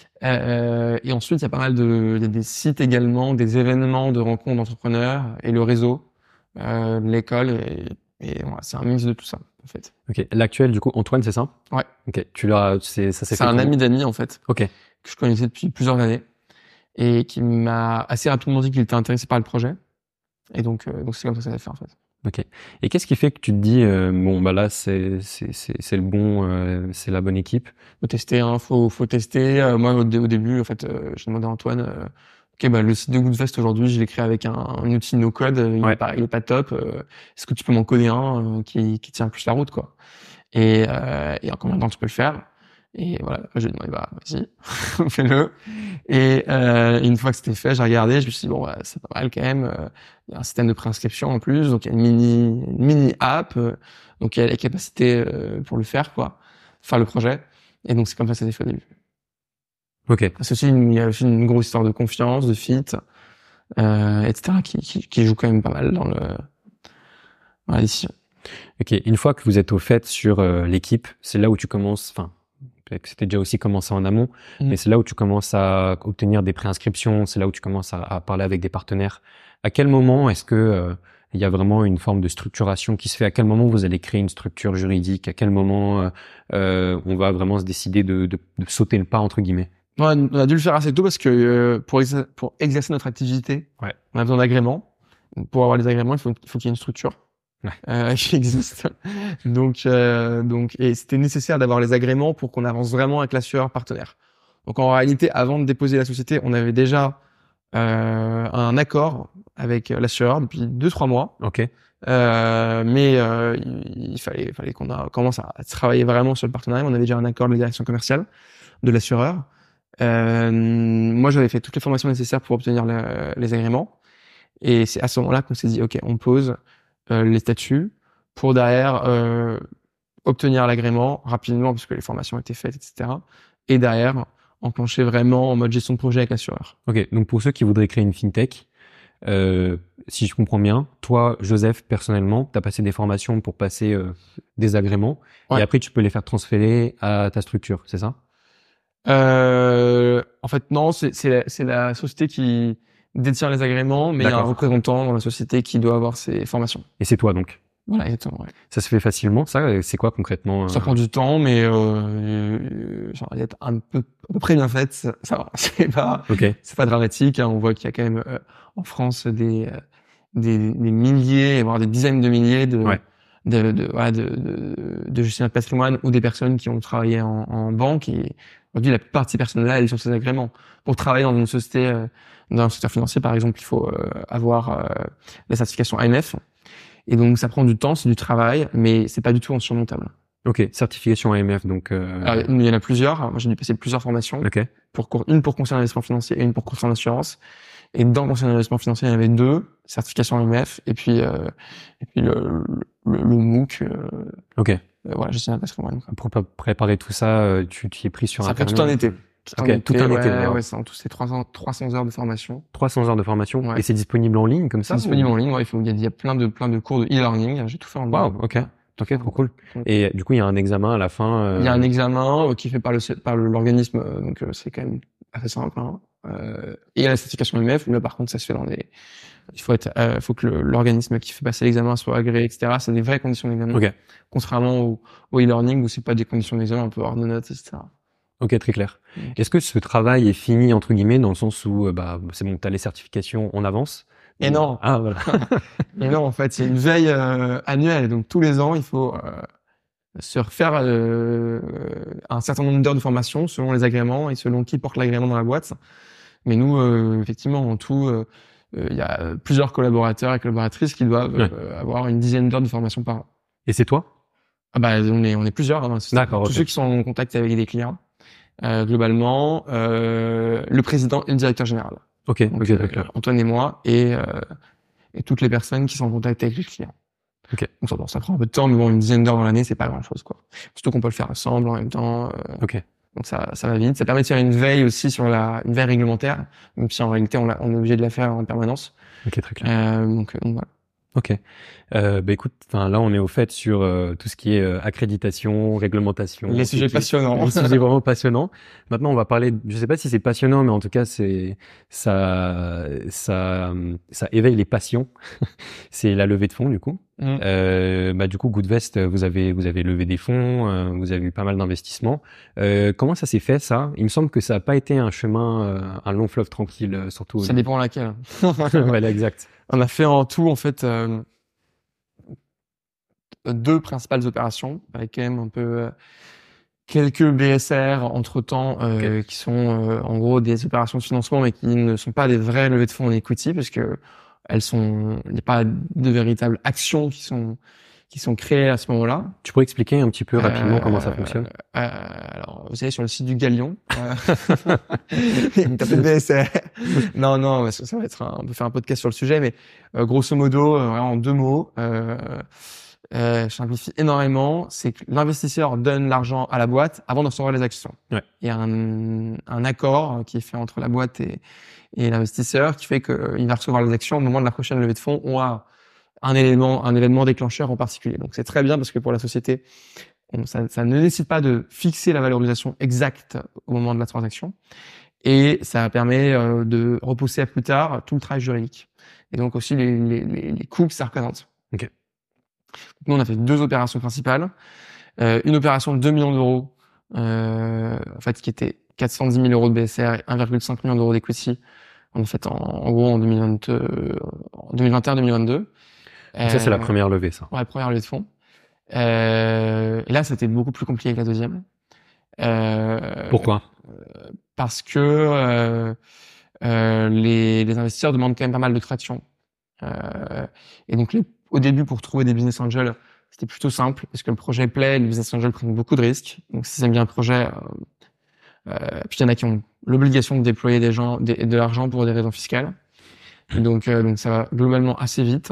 Et ensuite, il y a pas mal des sites également, des événements de rencontres d'entrepreneurs et le réseau, l'école et voilà, c'est un mix de tout ça en fait. Ok. L'actuel du coup Antoine, c'est ça? Ouais. Ok. C'est un ami d'amis en fait. Ok. Que je connaissais depuis plusieurs années et qui m'a assez rapidement dit qu'il était intéressé par le projet. Et donc c'est comme ça s'est fait en fait. Ok. Et qu'est-ce qui fait que tu te dis bon bah là c'est le bon c'est la bonne équipe? Faut tester, hein, faut tester. Moi au début en fait, j'ai demandé à Antoine, ok bah le site de Goodvest aujourd'hui, je l'ai créé avec un outil no code, il est pas top. Est-ce que tu peux m'en coder un qui tient plus la route quoi? Et en combien de temps tu peux le faire? Et voilà, j'ai dit bah vas-y, fais-le. Et une fois que c'était fait, j'ai regardé, je me suis dit bon ouais, c'est pas mal quand même. Il y a un système de préinscription en plus, donc il y a une mini app, donc il y a les capacités pour le faire quoi, faire le projet. Et donc c'est comme ça que ça s'est fait au début. Ok. C'est aussi il y a aussi une grosse histoire de confiance, de fit, etc. qui joue quand même pas mal dans la décision. Ok. Une fois que vous êtes au fait sur l'équipe, c'est là où tu commences. Enfin, peut-être que c'était déjà aussi commencé en amont, mais c'est là où tu commences à obtenir des préinscriptions. C'est là où tu commences à parler avec des partenaires. À quel moment est-ce que il y a vraiment une forme de structuration qui se fait? À quel moment vous allez créer une structure juridique? À quel moment on va vraiment se décider de sauter le pas entre guillemets? Ouais, on a dû le faire assez tôt parce que pour exercer notre activité, on a besoin d'agréments. Pour avoir les agréments, il faut qu'il y ait une structure qui existe. Donc et c'était nécessaire d'avoir les agréments pour qu'on avance vraiment avec l'assureur partenaire. Donc en réalité, avant de déposer la société, on avait déjà un accord avec l'assureur depuis 2-3 mois. Ok. Mais il fallait qu'on commence à travailler vraiment sur le partenariat. On avait déjà un accord de la direction commerciale de l'assureur. Moi, j'avais fait toutes les formations nécessaires pour obtenir les agréments. Et c'est à ce moment-là qu'on s'est dit, OK, on pose les statuts pour derrière obtenir l'agrément rapidement puisque les formations étaient faites, etc. Et derrière, enclencher vraiment en mode gestion de projet avec l'assureur. Ok, donc pour ceux qui voudraient créer une fintech, si je comprends bien, toi, Joseph, personnellement, tu as passé des formations pour passer des agréments et après tu peux les faire transférer à ta structure, c'est ça? En fait, non, c'est la société qui détient les agréments, mais il y a un représentant dans la société qui doit avoir ces formations. Et c'est toi donc? Voilà, exactement. Ouais. Ça se fait facilement, ça? C'est quoi concrètement? Ça prend du temps, mais genre, il est à peu près bien fait. Ça va. C'est pas dramatique. Hein. On voit qu'il y a quand même en France des milliers, voire des dizaines de milliers de gestionnaires de patrimoine ou des personnes qui ont travaillé en banque. Et aujourd'hui, la plupart de ces personnes-là, elles ont ces agréments. Pour travailler dans une société, dans un secteur financier, par exemple, il faut avoir la certification AMF. Et donc, ça prend du temps, c'est du travail, mais c'est pas du tout insurmontable. Ok, certification AMF, donc. Alors, il y en a plusieurs. Alors, moi, j'ai dû passer plusieurs formations. Ok. Une pour conseiller en investissement financier et une pour conseiller en assurance. Et dans conseiller en investissement financier, il y en avait deux, certification AMF et puis le MOOC. Ok. Voilà, gestionnaire de patrimoine. Pour préparer tout ça, tu t'y es pris sur Ça fait Internet. tout un été. Tout un été d'ailleurs. Ouais, en tout, c'est 300 heures de formation. 300 heures de formation. Ouais. Et c'est disponible en ligne comme C'est ça? disponible en ligne. Ouais, il y a plein de cours de e-learning. J'ai tout fait en ligne. Waouh, ok. Ok, trop cool. Et du coup, il y a un examen à la fin. Il y a un examen qui est fait par l'organisme, donc c'est quand même assez simple. Hein. Et il y a la certification MF, où là par contre ça se fait faut que l'organisme qui fait passer l'examen soit agréé, etc. C'est des vraies conditions d'examen. Ok. Contrairement au e-learning où c'est pas des conditions d'examen, on peut avoir nos notes, etc. Ok, très clair. Est-ce que ce travail est fini entre guillemets dans le sens où c'est bon, t'as les certifications, on avance? Et non. Ah voilà. Et non, en fait, c'est une veille annuelle. Donc tous les ans, il faut se refaire un certain nombre d'heures de formation selon les agréments et selon qui porte l'agrément dans la boîte. Mais nous, effectivement, en tout, il y a plusieurs collaborateurs et collaboratrices qui doivent avoir une dizaine d'heures de formation par an. Et c'est toi? Ah bah on est plusieurs. Hein, D'accord. Tous ceux qui sont en contact avec des clients, globalement, le président et le directeur général. Ok. Donc, Ok, très clair. Antoine et moi et toutes les personnes qui sont en contact avec les clients. Ok. Donc ça prend un peu de temps, mais bon, une dizaine d'heures dans l'année, c'est pas grand chose, quoi. Surtout qu'on peut le faire ensemble en même temps. Ok. Donc ça va vite. Ça permet de faire une veille aussi sur une veille réglementaire, même si en réalité on est obligé de la faire en permanence. Ok, très clair. Donc voilà. Ok. Écoute, là on est au fait sur tout ce qui est accréditation, réglementation. Les sujets passionnants. Les sujets vraiment passionnants. Maintenant, on va parler. Je sais pas si c'est passionnant, mais en tout cas, ça éveille les passions. C'est la levée de fonds du coup. Du coup, Goodvest, vous avez levé des fonds, vous avez eu pas mal d'investissements. Comment ça s'est fait ça? Il me semble que ça a pas été un chemin, un long fleuve tranquille, surtout. Ça dépend laquelle. Voilà, exact. On a fait en tout en fait deux principales opérations avec quand même un peu quelques BSR entre-temps qui sont en gros des opérations de financement mais qui ne sont pas des vraies levées de fonds en equity parce que il n'y a pas de véritables actions qui sont créées à ce moment-là. Tu pourrais expliquer un petit peu rapidement comment ça fonctionne? Alors, vous savez, sur le site du Galion, tapez BSR. Non, parce que ça va être on peut faire un podcast sur le sujet, mais grosso modo, en deux mots, je simplifie énormément, c'est que l'investisseur donne l'argent à la boîte avant de recevoir les actions. Ouais. Il y a un accord qui est fait entre la boîte et l'investisseur qui fait qu'il va recevoir les actions au moment de la prochaine levée de fonds ou à un événement déclencheur en particulier. Donc c'est très bien parce que pour la société, ça ne nécessite pas de fixer la valorisation exacte au moment de la transaction et ça permet de repousser à plus tard tout le travail juridique et donc aussi les coûts que ça représente. Ok. Nous on a fait deux opérations principales, une opération de 2 millions d'euros en fait qui était 410 000 euros de BSR et 1,5 million d'euros d'equity. On a fait en gros en 2021-2022. Ça, c'est la première levée, ça. Ouais, première levée de fonds. Et là, c'était beaucoup plus compliqué que la deuxième. Pourquoi? Parce que les investisseurs demandent quand même pas mal de traction. Et donc, au début, pour trouver des business angels, c'était plutôt simple parce que le projet plaît, les business angels prennent beaucoup de risques. Donc, si c'est bien un projet, puis il y en a qui ont l'obligation de déployer de l'argent pour des raisons fiscales. Et donc ça va globalement assez vite.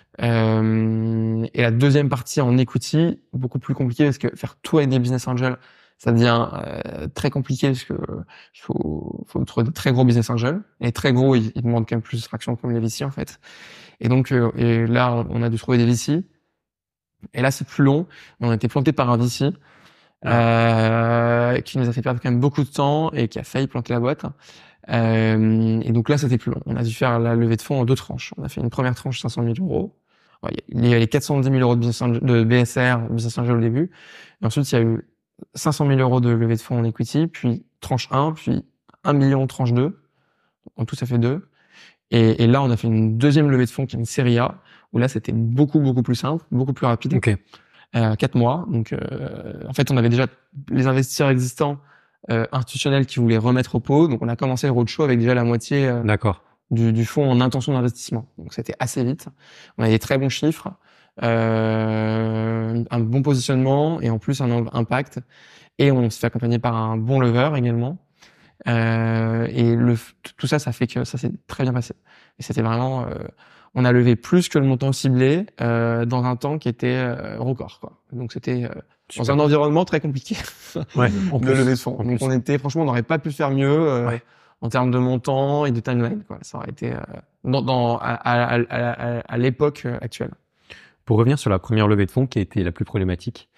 Et la deuxième partie en equity, beaucoup plus compliquée parce que faire tout avec des business angels, ça devient très compliqué parce que il faut trouver de très gros business angels. Et très gros, ils demandent quand même plus de traction comme les VC en fait. Et donc et là, on a dû trouver des VC. Et là, c'est plus long. On a été planté par un VC qui nous a fait perdre quand même beaucoup de temps et qui a failli planter la boîte. Et donc là, c'était plus long. On a dû faire la levée de fonds en deux tranches. On a fait une première tranche 500 000 euros. Il y a les 410 000 euros de BSR, Business Angel au début. Et ensuite, il y a eu 500 000 euros de levée de fonds en equity, puis tranche 1, puis 1 million tranche 2. En tout, ça fait 2. Et là, on a fait une deuxième levée de fonds qui est une série A, où là, c'était beaucoup plus simple, beaucoup plus rapide. Ok. 4 mois. Donc, en fait, on avait déjà les investisseurs existants institutionnels qui voulaient remettre au pot. Donc, on a commencé le roadshow avec déjà la moitié D'accord. du fonds en intention d'investissement. Donc, c'était assez vite. On avait des très bons chiffres. un bon positionnement et en plus un impact. Et on se fait accompagner par un bon lever également. Et tout ça, ça fait que ça s'est très bien passé. Et c'était vraiment, on a levé plus que le montant ciblé dans un temps qui était record, quoi. Donc c'était dans un environnement très compliqué de lever de fonds. Donc on était, franchement, on n'aurait pas pu faire mieux en termes de montant et de timeline, quoi. Ça aurait été à l'époque actuelle. Pour revenir sur la première levée de fonds qui a été la plus problématique,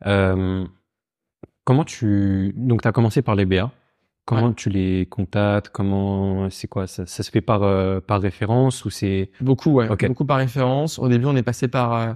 donc t'as commencé par les BA. Comment tu les contactes? C'est quoi? Ça se fait par référence ou c'est? Beaucoup, beaucoup par référence. Au début, on est passé par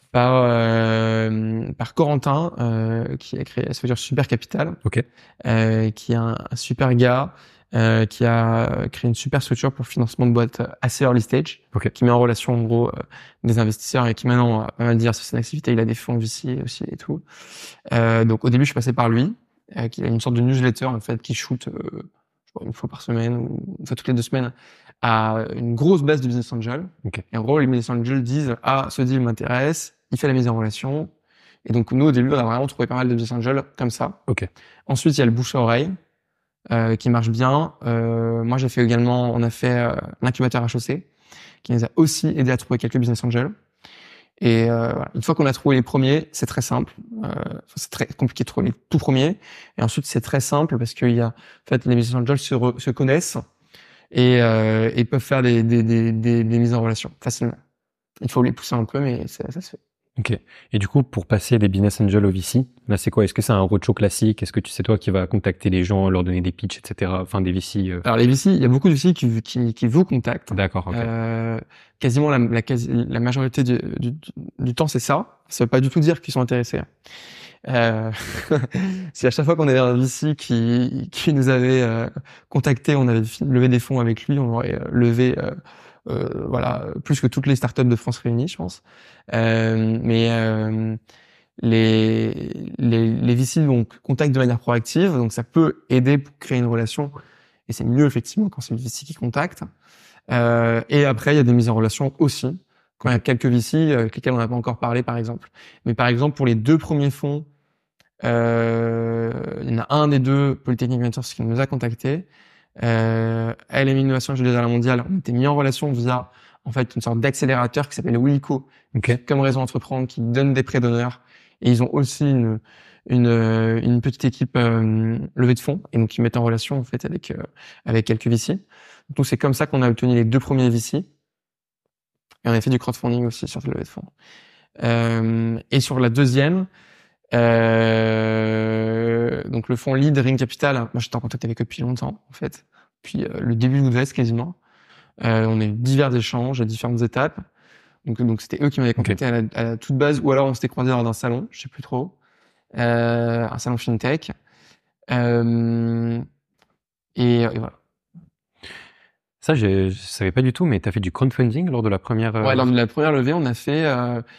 Corentin, qui a créé la structure Super Capital, qui est un super gars, qui a créé une super structure pour le financement de boîtes assez early stage, qui met en relation en gros des investisseurs et qui maintenant a pas mal de dire sur son activité, il a des fonds VC aussi et tout. Donc au début, je suis passé par lui, qui a une sorte de newsletter en fait qui shoot une fois par semaine ou une fois toutes les 2 semaines à une grosse base de business angels. Et en gros, les business angels disent ce deal m'intéresse, il fait la mise en relation. Et donc nous au début, on a vraiment trouvé pas mal de business angels comme ça. Ensuite, il y a le bouche à oreille qui marche bien. Moi, on a fait l'incubateur HEC qui nous a aussi aidé à trouver quelques business angels. Et une fois qu'on a trouvé les premiers, c'est très simple. C'est très compliqué de trouver les tout premiers. Et ensuite, c'est très simple parce qu'il y a, en fait, les business angels se connaissent et peuvent faire des mises en relation facilement. Il faut les pousser un peu, mais ça se fait. Et du coup, pour passer des business angels au VC, là, c'est quoi? Est-ce que c'est un roadshow classique? Est-ce que c'est toi qui vas contacter les gens, leur donner des pitchs, etc.? Enfin, des VC. Alors, les VC, il y a beaucoup de VC qui vous contactent. D'accord, quasiment la majorité du temps, c'est ça. Ça veut pas du tout dire qu'ils sont intéressés. Si à chaque fois qu'on avait un VC qui nous avait contacté, on avait levé des fonds avec lui, on aurait levé plus que toutes les startups de France réunies, je pense. Mais les VC donc contactent de manière proactive, donc ça peut aider pour créer une relation. Et c'est mieux effectivement quand c'est le VC qui contacte. Et après, il y a des mises en relation aussi. Quand il y a quelques VC avec lesquels on n'a pas encore parlé, par exemple. Mais par exemple, pour les 2 premiers fonds, il y en a un des 2, Polytechnic Ventures, qui nous a contactés. LM Innovation Jeux à la mondiale, on était mis en relation via en fait une sorte d'accélérateur qui s'appelle Wilco, comme Réseau Entreprendre, qui donne des prêts d'honneur. Et ils ont aussi une petite équipe levée de fonds et donc ils mettent en relation en fait avec quelques VC. Donc c'est comme ça qu'on a obtenu les 2 premiers VC. Et on a fait du crowdfunding aussi sur cette levée de fonds. Et sur la deuxième, donc le fonds Lead Ring Capital, moi j'étais en contact avec eux depuis longtemps en fait, puis le début de Goodvest quasiment. On a eu divers échanges à différentes étapes. Donc c'était eux qui m'avaient contacté à la toute base, ou alors on s'était croisés lors d'un salon, je sais plus trop, un salon FinTech. Et voilà. Ça, je savais pas du tout, mais t'as fait du crowdfunding lors de la première. Lors de la première levée, on a fait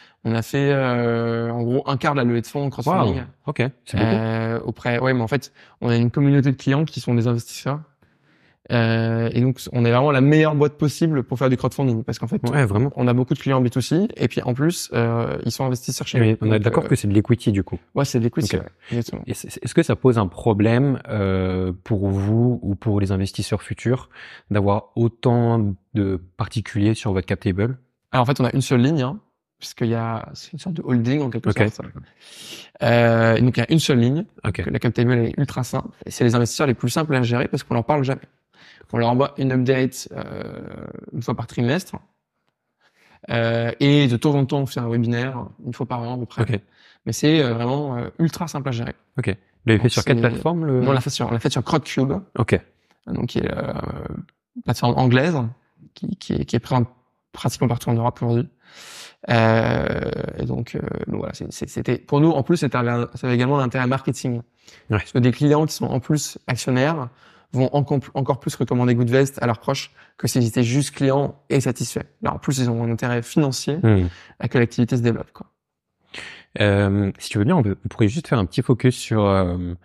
en gros un quart de la levée de fonds en crowdfunding. Wow. C'est beaucoup. Mais en fait, on a une communauté de clients qui sont des investisseurs. Et donc, on est vraiment la meilleure boîte possible pour faire du crowdfunding parce qu'en fait, vraiment. on a beaucoup de clients B2C et puis en plus, ils sont investisseurs chez nous. On est d'accord que c'est de l'equity du coup. Ouais, c'est de l'equity. Exactement. Est-ce que ça pose un problème pour vous ou pour les investisseurs futurs d'avoir autant de particuliers sur votre cap table? Alors en fait, on a une seule ligne, puisqu'il y a c'est une sorte de holding en quelque sorte. Donc il y a une seule ligne. La cap table est ultra simple et c'est les investisseurs les plus simples à gérer parce qu'on leur parle jamais. On leur envoie une update une fois par trimestre et de temps en temps on fait un webinaire une fois par an à peu près. Mais c'est vraiment ultra simple à gérer. Vous l'avez fait sur quelle plateforme On l'a fait sur Crowdcube. Donc qui est une plateforme anglaise qui est présente pratiquement partout en Europe aujourd'hui. Et donc voilà, c'était pour nous en plus ça avait également l'intérêt marketing. Parce que des clients qui sont en plus actionnaires vont encore plus recommander Goodvest à leurs proches que s'ils étaient juste clients et satisfaits. Alors en plus, ils ont un intérêt financier à que l'activité se développe, quoi. Si tu veux bien, on pourrait juste faire un petit focus sur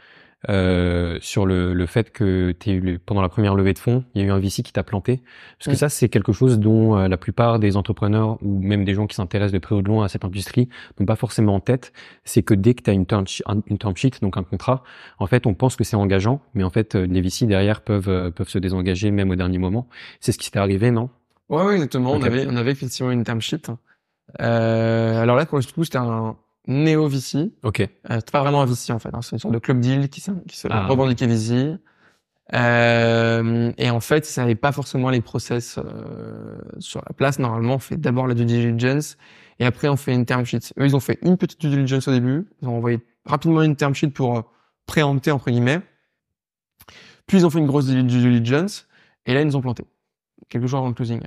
sur le fait que pendant la première levée de fonds, il y a eu un VC qui t'a planté. Parce que ça, c'est quelque chose dont la plupart des entrepreneurs ou même des gens qui s'intéressent de près ou de loin à cette industrie n'ont pas forcément en tête. C'est que dès que tu as une term sheet, donc un contrat, en fait, on pense que c'est engageant, mais en fait, les VC derrière peuvent se désengager même au dernier moment. C'est ce qui s'était arrivé, non? Ouais, exactement. Ok. On avait effectivement une term sheet. Alors là, pour le coup, c'était un néo VC. Ok. C'est pas vraiment un VC en fait, hein. C'est une sorte de club deal qui se Ah. revendiquait VC. Et en fait, ils savaient pas forcément les process sur la place. Normalement, on fait d'abord la due diligence et après on fait une term sheet. Eux, ils ont fait une petite due diligence au début. Ils ont envoyé rapidement une term sheet pour préempter entre guillemets. Puis ils ont fait une grosse due diligence et là ils nous ont planté quelques jours avant le closing.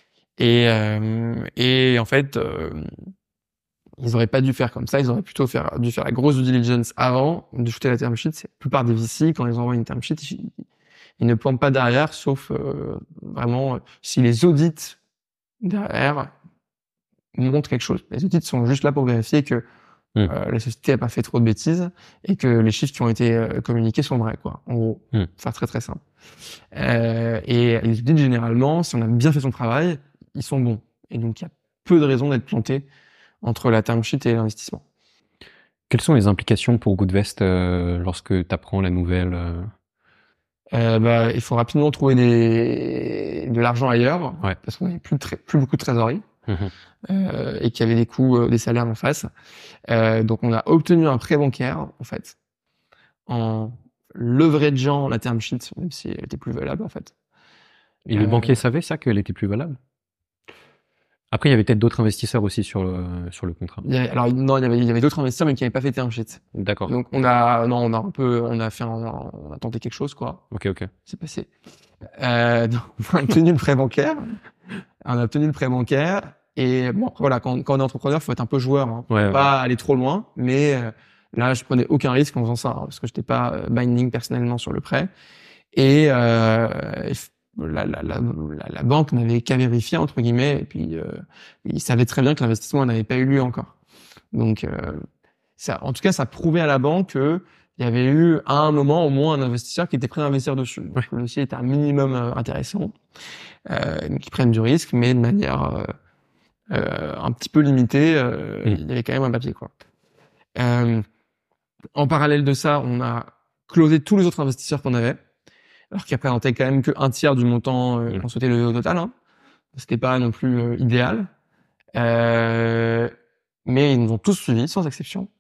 Et en fait, ils auraient pas dû faire comme ça. Ils auraient plutôt dû faire la grosse due diligence avant de shooter la term sheet. C'est la plupart des VC, quand ils envoient une term sheet, ils ne plantent pas derrière, sauf vraiment si les audits derrière montrent quelque chose. Les audits sont juste là pour vérifier que la société a pas fait trop de bêtises et que les chiffres qui ont été communiqués sont vrais, quoi. En gros, faire très très simple. Et les audits généralement, si on a bien fait son travail, ils sont bons. Et donc il y a peu de raisons d'être planté entre la term sheet et l'investissement. Quelles sont les implications pour Goodvest lorsque tu apprends la nouvelle Il faut rapidement trouver de l'argent ailleurs, parce qu'on n'avait plus beaucoup de trésorerie, et qu'il y avait des coûts, des salaires en face. Donc on a obtenu un prêt bancaire, en fait, en leverageant la term sheet, même si elle était plus valable, en fait. Et les banquiers savaient ça, qu'elle était plus valable? Après, il y avait peut-être d'autres investisseurs aussi sur le contrat. Il y avait d'autres investisseurs, mais qui n'avaient pas fait term sheet. D'accord. Donc on a tenté quelque chose, quoi. Ok. C'est passé. Donc, on a obtenu le prêt bancaire. Et bon, voilà, quand on est entrepreneur, faut être un peu joueur, hein. Pas aller trop loin. Mais là, je prenais aucun risque en faisant ça, hein, parce que j'étais pas binding personnellement sur le prêt. Et la banque n'avait qu'à vérifier entre guillemets. Et puis, ils savaient très bien que l'investissement n'avait pas eu lieu encore. Donc, en tout cas, ça prouvait à la banque que il y avait eu à un moment au moins un investisseur qui était prêt à investir dessus. Donc, le dossier était un minimum intéressant, donc ils prennent du risque, mais de manière un petit peu limitée. Il y avait quand même un papier, quoi. En parallèle de ça, on a closé tous les autres investisseurs qu'on avait, alors qu'ils représentaient quand même que un tiers du montant qu'on souhaitait lever au total. Hein. C'était pas non plus idéal, mais ils nous ont tous suivis sans exception.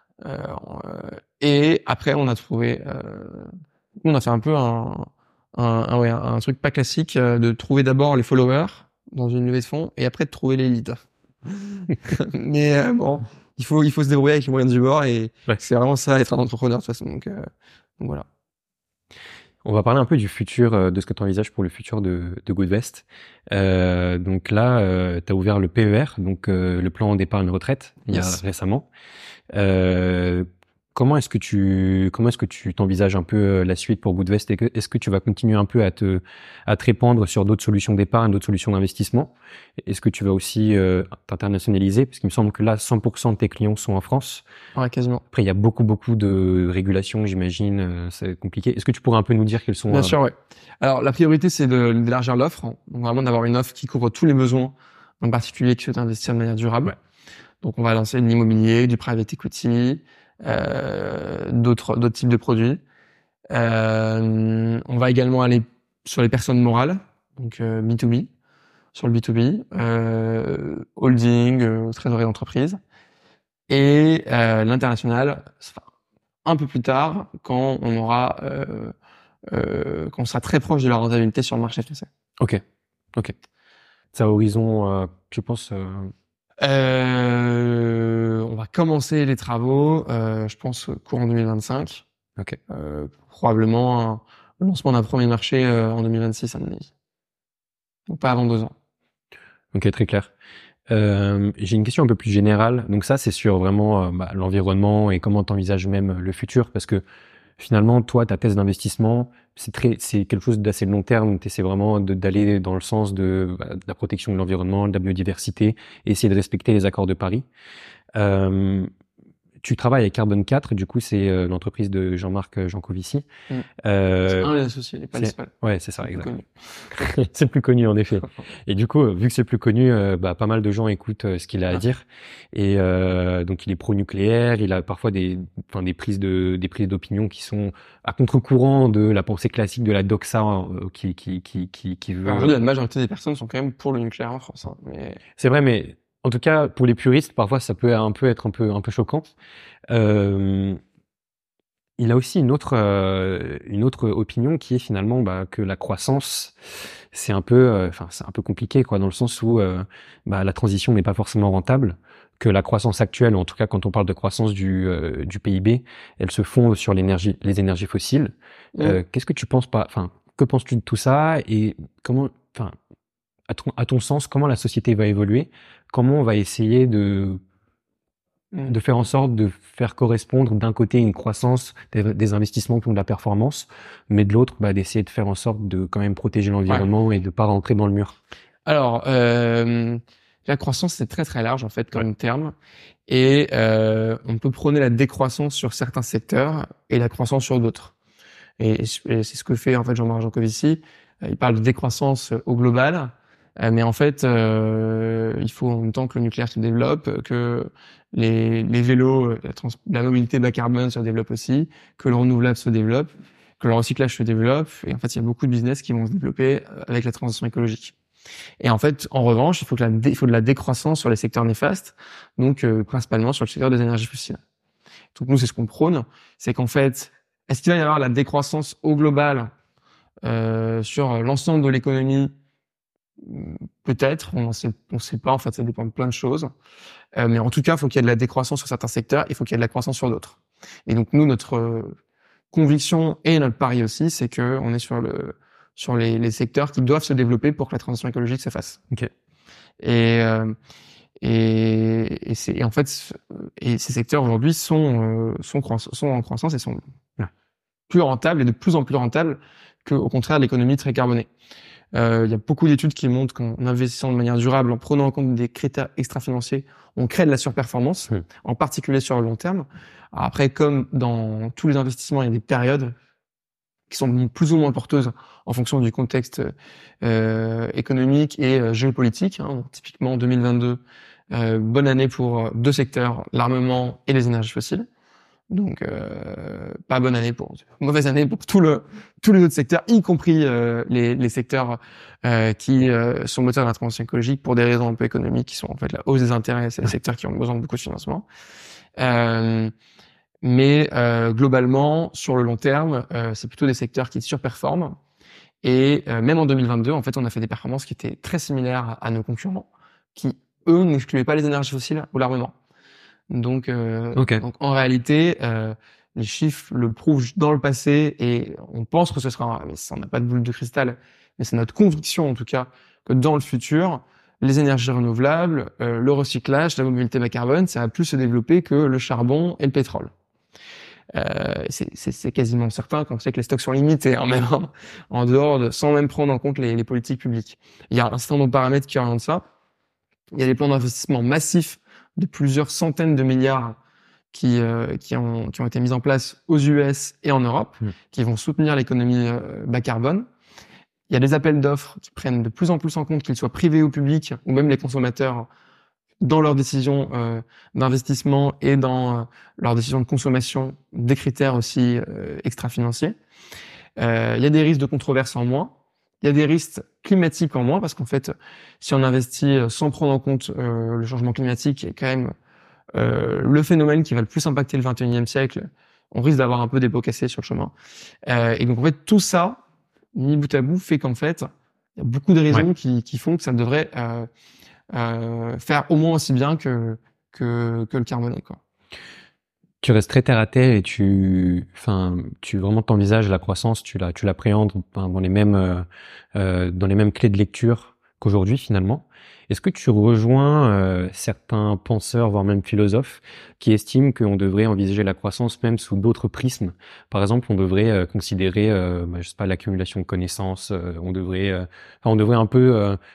Et après, on a trouvé, on a fait un peu un truc pas classique de trouver d'abord les followers dans une levée de fonds et après de trouver les leads. Mais bon, il faut se débrouiller avec les moyens du bord et c'est vraiment ça être un entrepreneur de toute façon. Donc voilà. On va parler un peu du futur, de ce que tu envisages pour le futur de Goodvest. Donc là, tu as ouvert le PER, donc le plan d'épargne retraite, il y a récemment. Comment est-ce que tu t'envisages un peu la suite pour Goodvest? Est-ce que tu vas continuer un peu à te répandre sur d'autres solutions d'épargne, d'autres solutions d'investissement? Est-ce que tu vas aussi t'internationaliser? Parce qu'il me semble que là, 100% de tes clients sont en France. Ouais, quasiment. Après, il y a beaucoup de régulations, j'imagine, c'est compliqué. Est-ce que tu pourrais un peu nous dire quelles sont... Bien sûr, ouais. Alors, la priorité, c'est d'élargir l'offre. Hein. Donc, vraiment d'avoir une offre qui couvre tous les besoins, en particulier qui souhaitent investir de manière durable. Ouais. Donc, on va lancer de l'immobilier, du private equity, d'autres types de produits. On va également aller sur les personnes morales, donc B2B, sur le B2B, holding, trésorerie d'entreprise, et l'international, un peu plus tard, quand on aura quand on sera très proche de la rentabilité sur le marché français. Ok. C'est à horizon, je pense. On va commencer les travaux, je pense courant 2025. Ok. Probablement le lancement d'un premier marché en 2026 à mon avis. Donc pas avant 2 ans. Ok, très clair. J'ai une question un peu plus générale. Donc ça, c'est sur vraiment l'environnement et comment t'envisages même le futur, parce que finalement, toi, ta thèse d'investissement, c'est quelque chose d'assez long terme. C'est vraiment d'aller dans le sens de la protection de l'environnement, de la biodiversité, et essayer de respecter les accords de Paris. tu travailles avec Carbone 4, du coup, c'est l'entreprise de Jean-Marc Jancovici. C'est Euh, un des associés, il n'est pas le c'est- seul. ouais, c'est ça, C'est le plus exact. connu. C'est le plus connu, en effet. Et du coup, vu que c'est le plus connu, pas mal de gens écoutent ce qu'il a à dire. Et donc, il est pro-nucléaire. Il a parfois des prises d'opinion qui sont à contre-courant de la pensée classique de la doxa, qui Alors, veut. aujourd'hui, la majorité des personnes sont quand même pour le nucléaire en France, hein, mais C'est vrai, mais en tout cas, pour les puristes, parfois, ça peut être un peu choquant. Euh, il a aussi une autre opinion qui est finalement que la croissance, c'est un peu, c'est un peu compliqué, quoi, dans le sens où la transition n'est pas forcément rentable, que la croissance actuelle, ou en tout cas quand on parle de croissance du PIB, elle se fonde sur les énergies fossiles. Qu'est-ce que tu penses pas, enfin, que penses-tu de tout ça et comment, enfin, à ton sens, comment la société va évoluer? Comment on va essayer de faire en sorte de faire correspondre d'un côté une croissance des investissements qui ont de la performance, mais de l'autre, d'essayer de faire en sorte de quand même protéger l'environnement et de pas rentrer dans le mur. Alors, la croissance, c'est très très large en fait comme terme, et on peut prôner la décroissance sur certains secteurs et la croissance sur d'autres. Et c'est ce que fait en fait Jean-Marc Jancovici. Il parle de décroissance au global, mais en fait, il faut en même temps que le nucléaire se développe, que les vélos, la mobilité bas carbone se développe aussi, que le renouvelable se développe, que le recyclage se développe. Et en fait, il y a beaucoup de business qui vont se développer avec la transition écologique. Et en fait, en revanche, il faut de la décroissance sur les secteurs néfastes, donc principalement sur le secteur des énergies fossiles. Donc nous, c'est ce qu'on prône, c'est qu'en fait, est-ce qu'il va y avoir la décroissance au global sur l'ensemble de l'économie? Peut-être, on sait pas. En fait, ça dépend de plein de choses. Mais en tout cas, il faut qu'il y ait de la décroissance sur certains secteurs, il faut qu'il y ait de la croissance sur d'autres. Et donc nous, notre conviction et notre pari aussi, c'est que on est sur les secteurs qui doivent se développer pour que la transition écologique se fasse. Ok. Et en fait, et ces secteurs aujourd'hui sont en croissance et sont plus rentables et de plus en plus rentables qu'au contraire l'économie très carbonée. Il y a beaucoup d'études qui montrent qu'en investissant de manière durable, en prenant en compte des critères extra-financiers, on crée de la surperformance, en particulier sur le long terme. Alors après, comme dans tous les investissements, il y a des périodes qui sont plus ou moins porteuses en fonction du contexte économique et géopolitique. Hein. Donc, typiquement, en 2022, bonne année pour deux secteurs, l'armement et les énergies fossiles. Donc, pas bonne année mauvaise année pour tous les autres secteurs, y compris les secteurs qui sont moteurs de la transition écologique pour des raisons un peu économiques, qui sont en fait la hausse des intérêts. C'est les secteurs qui ont besoin de beaucoup de financement. Mais globalement, sur le long terme, c'est plutôt des secteurs qui surperforment. Et même en 2022, en fait, on a fait des performances qui étaient très similaires à nos concurrents, qui eux n'excluaient pas les énergies fossiles ou l'armement. Donc en réalité, les chiffres le prouvent dans le passé et on pense que ce sera, mais ça, on n'a pas de boule de cristal, mais c'est notre conviction en tout cas que dans le futur, les énergies renouvelables, le recyclage, la mobilité bas carbone, ça va plus se développer que le charbon et le pétrole. C'est quasiment certain quand on sait que les stocks sont limités, hein, même en dehors sans même prendre en compte les politiques publiques. Il y a un certain nombre de paramètres qui orientent ça. Il y a des plans d'investissement massifs de plusieurs centaines de milliards qui ont été mis en place aux US et en Europe, qui vont soutenir l'économie bas carbone. Il y a des appels d'offres qui prennent de plus en plus en compte, qu'ils soient privés ou publics, ou même les consommateurs, dans leurs décisions d'investissement et dans leurs décisions de consommation, des critères aussi extra-financiers. Il y a des risques de controverse en moins. Il y a des risques climatiques en moins, parce qu'en fait, si on investit sans prendre en compte le changement climatique, qui est quand même le phénomène qui va le plus impacter le 21e siècle, on risque d'avoir un peu des pots cassés sur le chemin. Et donc, en fait, tout ça, mis bout à bout, fait qu'en fait, il y a beaucoup de raisons qui font que ça devrait faire au moins aussi bien que le carboné, quoi. Tu restes très terre à terre et tu vraiment t'envisages la croissance, tu l'appréhendes dans les mêmes clés de lecture qu'aujourd'hui finalement. Est-ce que tu rejoins certains penseurs, voire même philosophes, qui estiment qu'on devrait envisager la croissance même sous d'autres prismes? Par exemple, on devrait considérer, je sais pas, l'accumulation de connaissances. On devrait un peu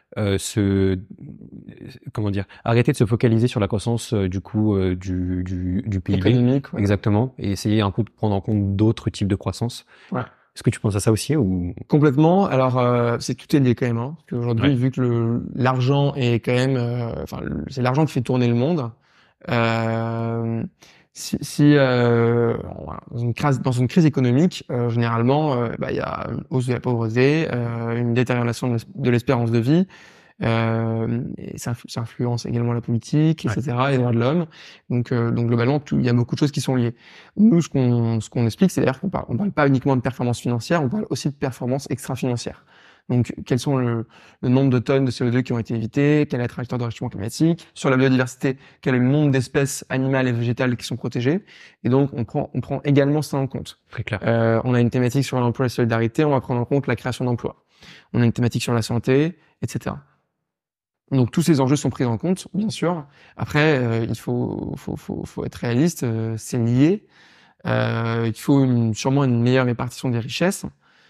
comment dire, arrêter de se focaliser sur la croissance du PIB, Économique, ouais. exactement, et essayer un peu de prendre en compte d'autres types de croissance. Ouais. Est-ce que tu penses à ça aussi ou? Complètement. Alors, c'est tout est lié quand même. Hein, parce qu'aujourd'hui, Ouais. vu que l'argent est quand même, c'est l'argent qui fait tourner le monde. Euh, si voilà, dans une crise économique, généralement, il y a une hausse de la pauvreté, une détérioration de l'espérance de vie. Et ça influence également la politique, Ouais. etc., et les droits de l'homme. Donc globalement, il y a beaucoup de choses qui sont liées. Nous, ce qu'on explique, c'est d'ailleurs on parle pas uniquement de performance financière, on parle aussi de performance extra-financière. Donc, quels sont le nombre de tonnes de CO2 qui ont été évitées, quelle est la trajectoire de réchauffement climatique, sur la biodiversité, quel est le nombre d'espèces animales et végétales qui sont protégées. Et donc, on prend également ça en compte. Très clair. On a une thématique sur l'emploi et la solidarité, on va prendre en compte la création d'emplois. On a une thématique sur la santé, etc. Donc tous ces enjeux sont pris en compte, bien sûr. Après, il faut être réaliste, c'est lié. Il faut sûrement une meilleure répartition des richesses,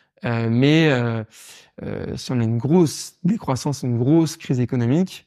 mais si on a une grosse décroissance, une grosse crise économique,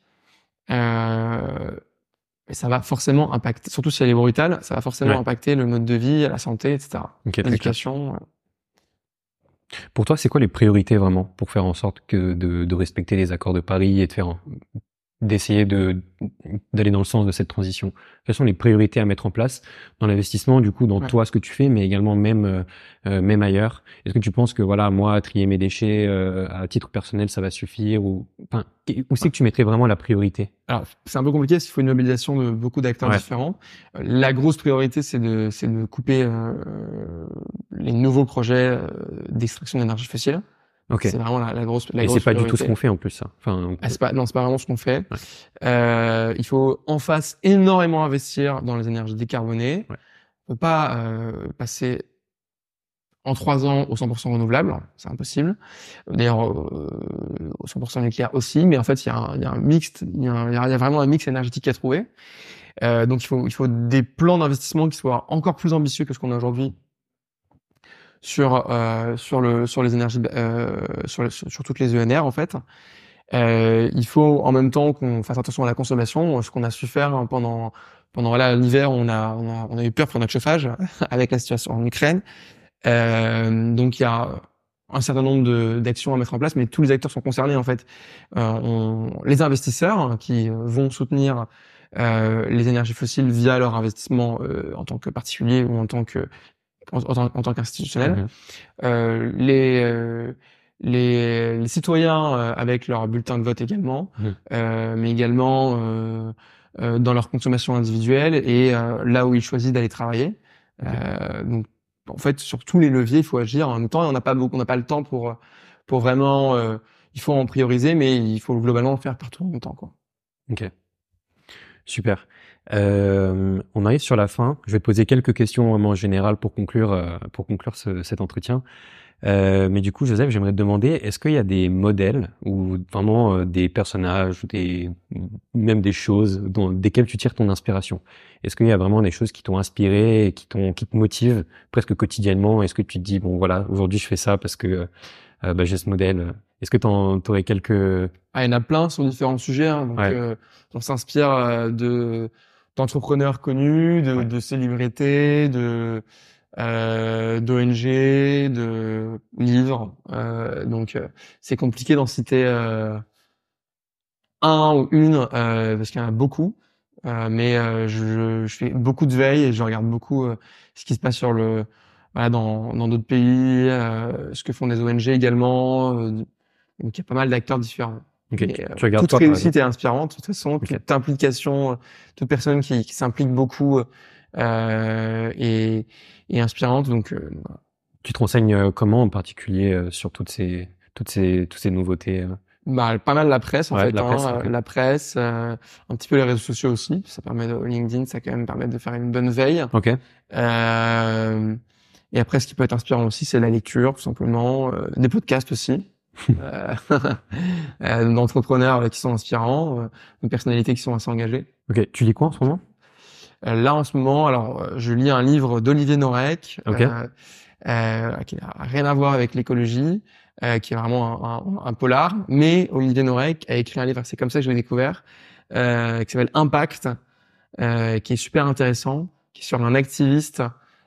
ça va forcément impacter, surtout si elle est brutale, ça va forcément impacter le mode de vie, la santé, etc. Okay, L'éducation. Pour toi, c'est quoi les priorités vraiment pour faire en sorte que de respecter les accords de Paris et d'essayer d'aller dans le sens de cette transition? Quelles sont les priorités à mettre en place dans l'investissement, du coup, dans toi, ce que tu fais, mais également même ailleurs? Est-ce que tu penses que voilà, moi, trier mes déchets à titre personnel, ça va suffire, ou enfin, où c'est que tu mettrais vraiment la priorité? Alors, c'est un peu compliqué parce qu'il faut une mobilisation de beaucoup d'acteurs différents. La grosse priorité, c'est de couper les nouveaux projets d'extraction d'énergie fossile. Okay. C'est vraiment la grosse Et c'est pas priorité. du tout ce qu'on fait en plus, ça. Enfin, c'est pas vraiment ce qu'on fait. Il faut en face énormément investir dans les énergies décarbonées. On peut pas passer en 3 ans au 100% renouvelable, c'est impossible. D'ailleurs, au 100% nucléaire aussi, mais en fait, il y a un mix, il y a vraiment un mix énergétique à trouver. Donc, il faut des plans d'investissement qui soient encore plus ambitieux que ce qu'on a aujourd'hui sur les énergies, sur toutes les ENR en fait. Il faut en même temps qu'on fasse attention à la consommation, ce qu'on a su faire pendant voilà, l'hiver, on a eu peur pour notre chauffage avec la situation en Ukraine. Donc il y a un certain nombre d'actions à mettre en place, mais tous les acteurs sont concernés en fait. Les investisseurs qui vont soutenir les énergies fossiles via leur investissement en tant que particulier ou en tant qu'institutionnel. Les citoyens avec leur bulletin de vote également, mais également dans leur consommation individuelle et là où ils choisissent d'aller travailler. Donc en fait, sur tous les leviers, il faut agir. En même temps, on n'a pas le temps pour vraiment. Il faut en prioriser, mais il faut globalement le faire partout en même temps, quoi. Ok, super. On arrive sur la fin. Je vais te poser quelques questions vraiment générales pour conclure cet entretien. Mais du coup, Joseph, j'aimerais te demander, est-ce qu'il y a des modèles ou vraiment des personnages ou même des choses desquelles tu tires ton inspiration? Est-ce qu'il y a vraiment des choses qui t'ont inspiré et qui te motivent presque quotidiennement? Est-ce que tu te dis, bon voilà, aujourd'hui je fais ça parce que j'ai ce modèle. Est-ce que t'aurais quelques... Ah, il y en a plein sur différents sujets. Hein, donc, on s'inspire d'entrepreneurs connus, de célébrités, d'ONG, de livres. Donc, c'est compliqué d'en citer un ou une parce qu'il y en a beaucoup. Mais je fais beaucoup de veille et je regarde beaucoup ce qui se passe dans d'autres pays, ce que font des ONG également. Donc il y a pas mal d'acteurs différents. Okay. Et, tu regardes toute réussite est inspirante de toute façon. Toute implication, toute personne qui s'implique beaucoup est inspirante. Donc tu te renseignes comment en particulier sur toutes ces nouveautés? Pas mal la presse en fait, la presse, un petit peu les réseaux sociaux aussi. Ça permet LinkedIn, ça quand même permet de faire une bonne veille. Ok. Et après, ce qui peut être inspirant aussi, c'est la lecture, tout simplement, des podcasts aussi. euh, d'entrepreneurs qui sont inspirants, de personnalités qui sont assez engagées. Ok, tu lis quoi en ce moment? Là, en ce moment, alors, je lis un livre d'Olivier Norek, Ok. qui n'a rien à voir avec l'écologie, qui est vraiment un polar. Mais Olivier Norek a écrit un livre, c'est comme ça que je l'ai découvert, qui s'appelle Impact, qui est super intéressant, qui est sur un activiste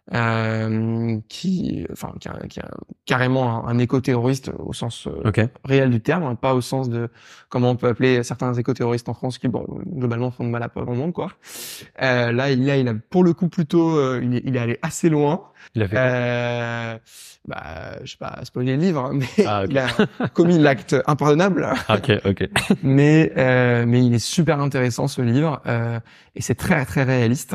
qui a carrément un éco-terroriste au sens Ok. réel du terme, hein, pas au sens de comment on peut appeler certains éco-terroristes en France qui, bon, globalement font de mal à pas grand monde, quoi. Il a pour le coup plutôt, il est allé assez loin. Il a fait quoi? Je sais pas spoiler le livre, hein, mais Ah, ok. il a commis l'acte impardonnable. Ah, ok, ok. Mais il est super intéressant ce livre et c'est très très réaliste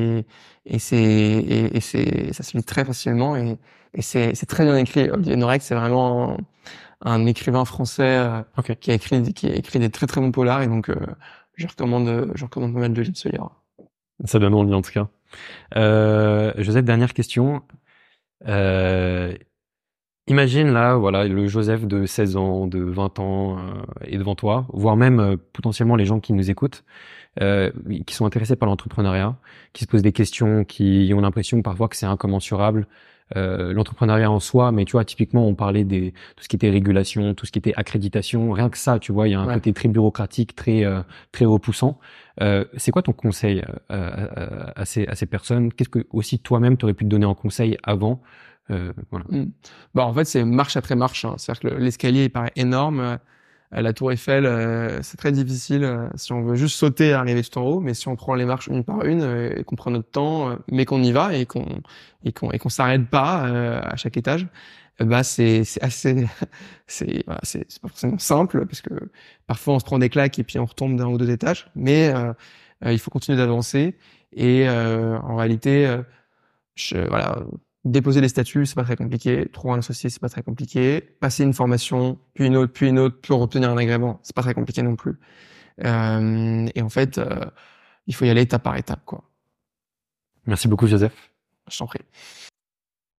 ça se lit très facilement et c'est très bien écrit. Olivier Norek, c'est vraiment un écrivain français Ok. qui a écrit des très très bons polars et donc je recommande pas mal de ce livre. Ça donne envie en tout cas. Joseph, dernière question. Euh, Imagine là, voilà, le Joseph de 16 ans, de 20 ans est devant toi, voire même potentiellement les gens qui nous écoutent, qui sont intéressés par l'entrepreneuriat, qui se posent des questions, qui ont l'impression parfois que c'est incommensurable. L'entrepreneuriat en soi, mais tu vois, typiquement, on parlait tout ce qui était régulation, tout ce qui était accréditation, rien que ça, tu vois, il y a un côté très bureaucratique, très repoussant. C'est quoi ton conseil à ces personnes? Qu'est-ce que aussi toi-même t'aurais pu te donner en conseil avant? Voilà. En fait, c'est marche après marche, hein. C'est-à-dire que l'escalier, il paraît énorme. La tour Eiffel, c'est très difficile si on veut juste sauter et arriver tout en haut. Mais si on prend les marches une par une et qu'on prend notre temps, mais qu'on y va et qu'on s'arrête pas à chaque étage, c'est assez c'est pas forcément simple parce que parfois on se prend des claques et puis on retombe d'un ou deux étages. Mais il faut continuer d'avancer et en réalité, voilà. Déposer les statuts, c'est pas très compliqué. Trouver un associé, c'est pas très compliqué. Passer une formation, puis une autre, pour obtenir un agrément, c'est pas très compliqué non plus. Et en fait, il faut y aller étape par étape, quoi. Merci beaucoup, Joseph. Je t'en prie.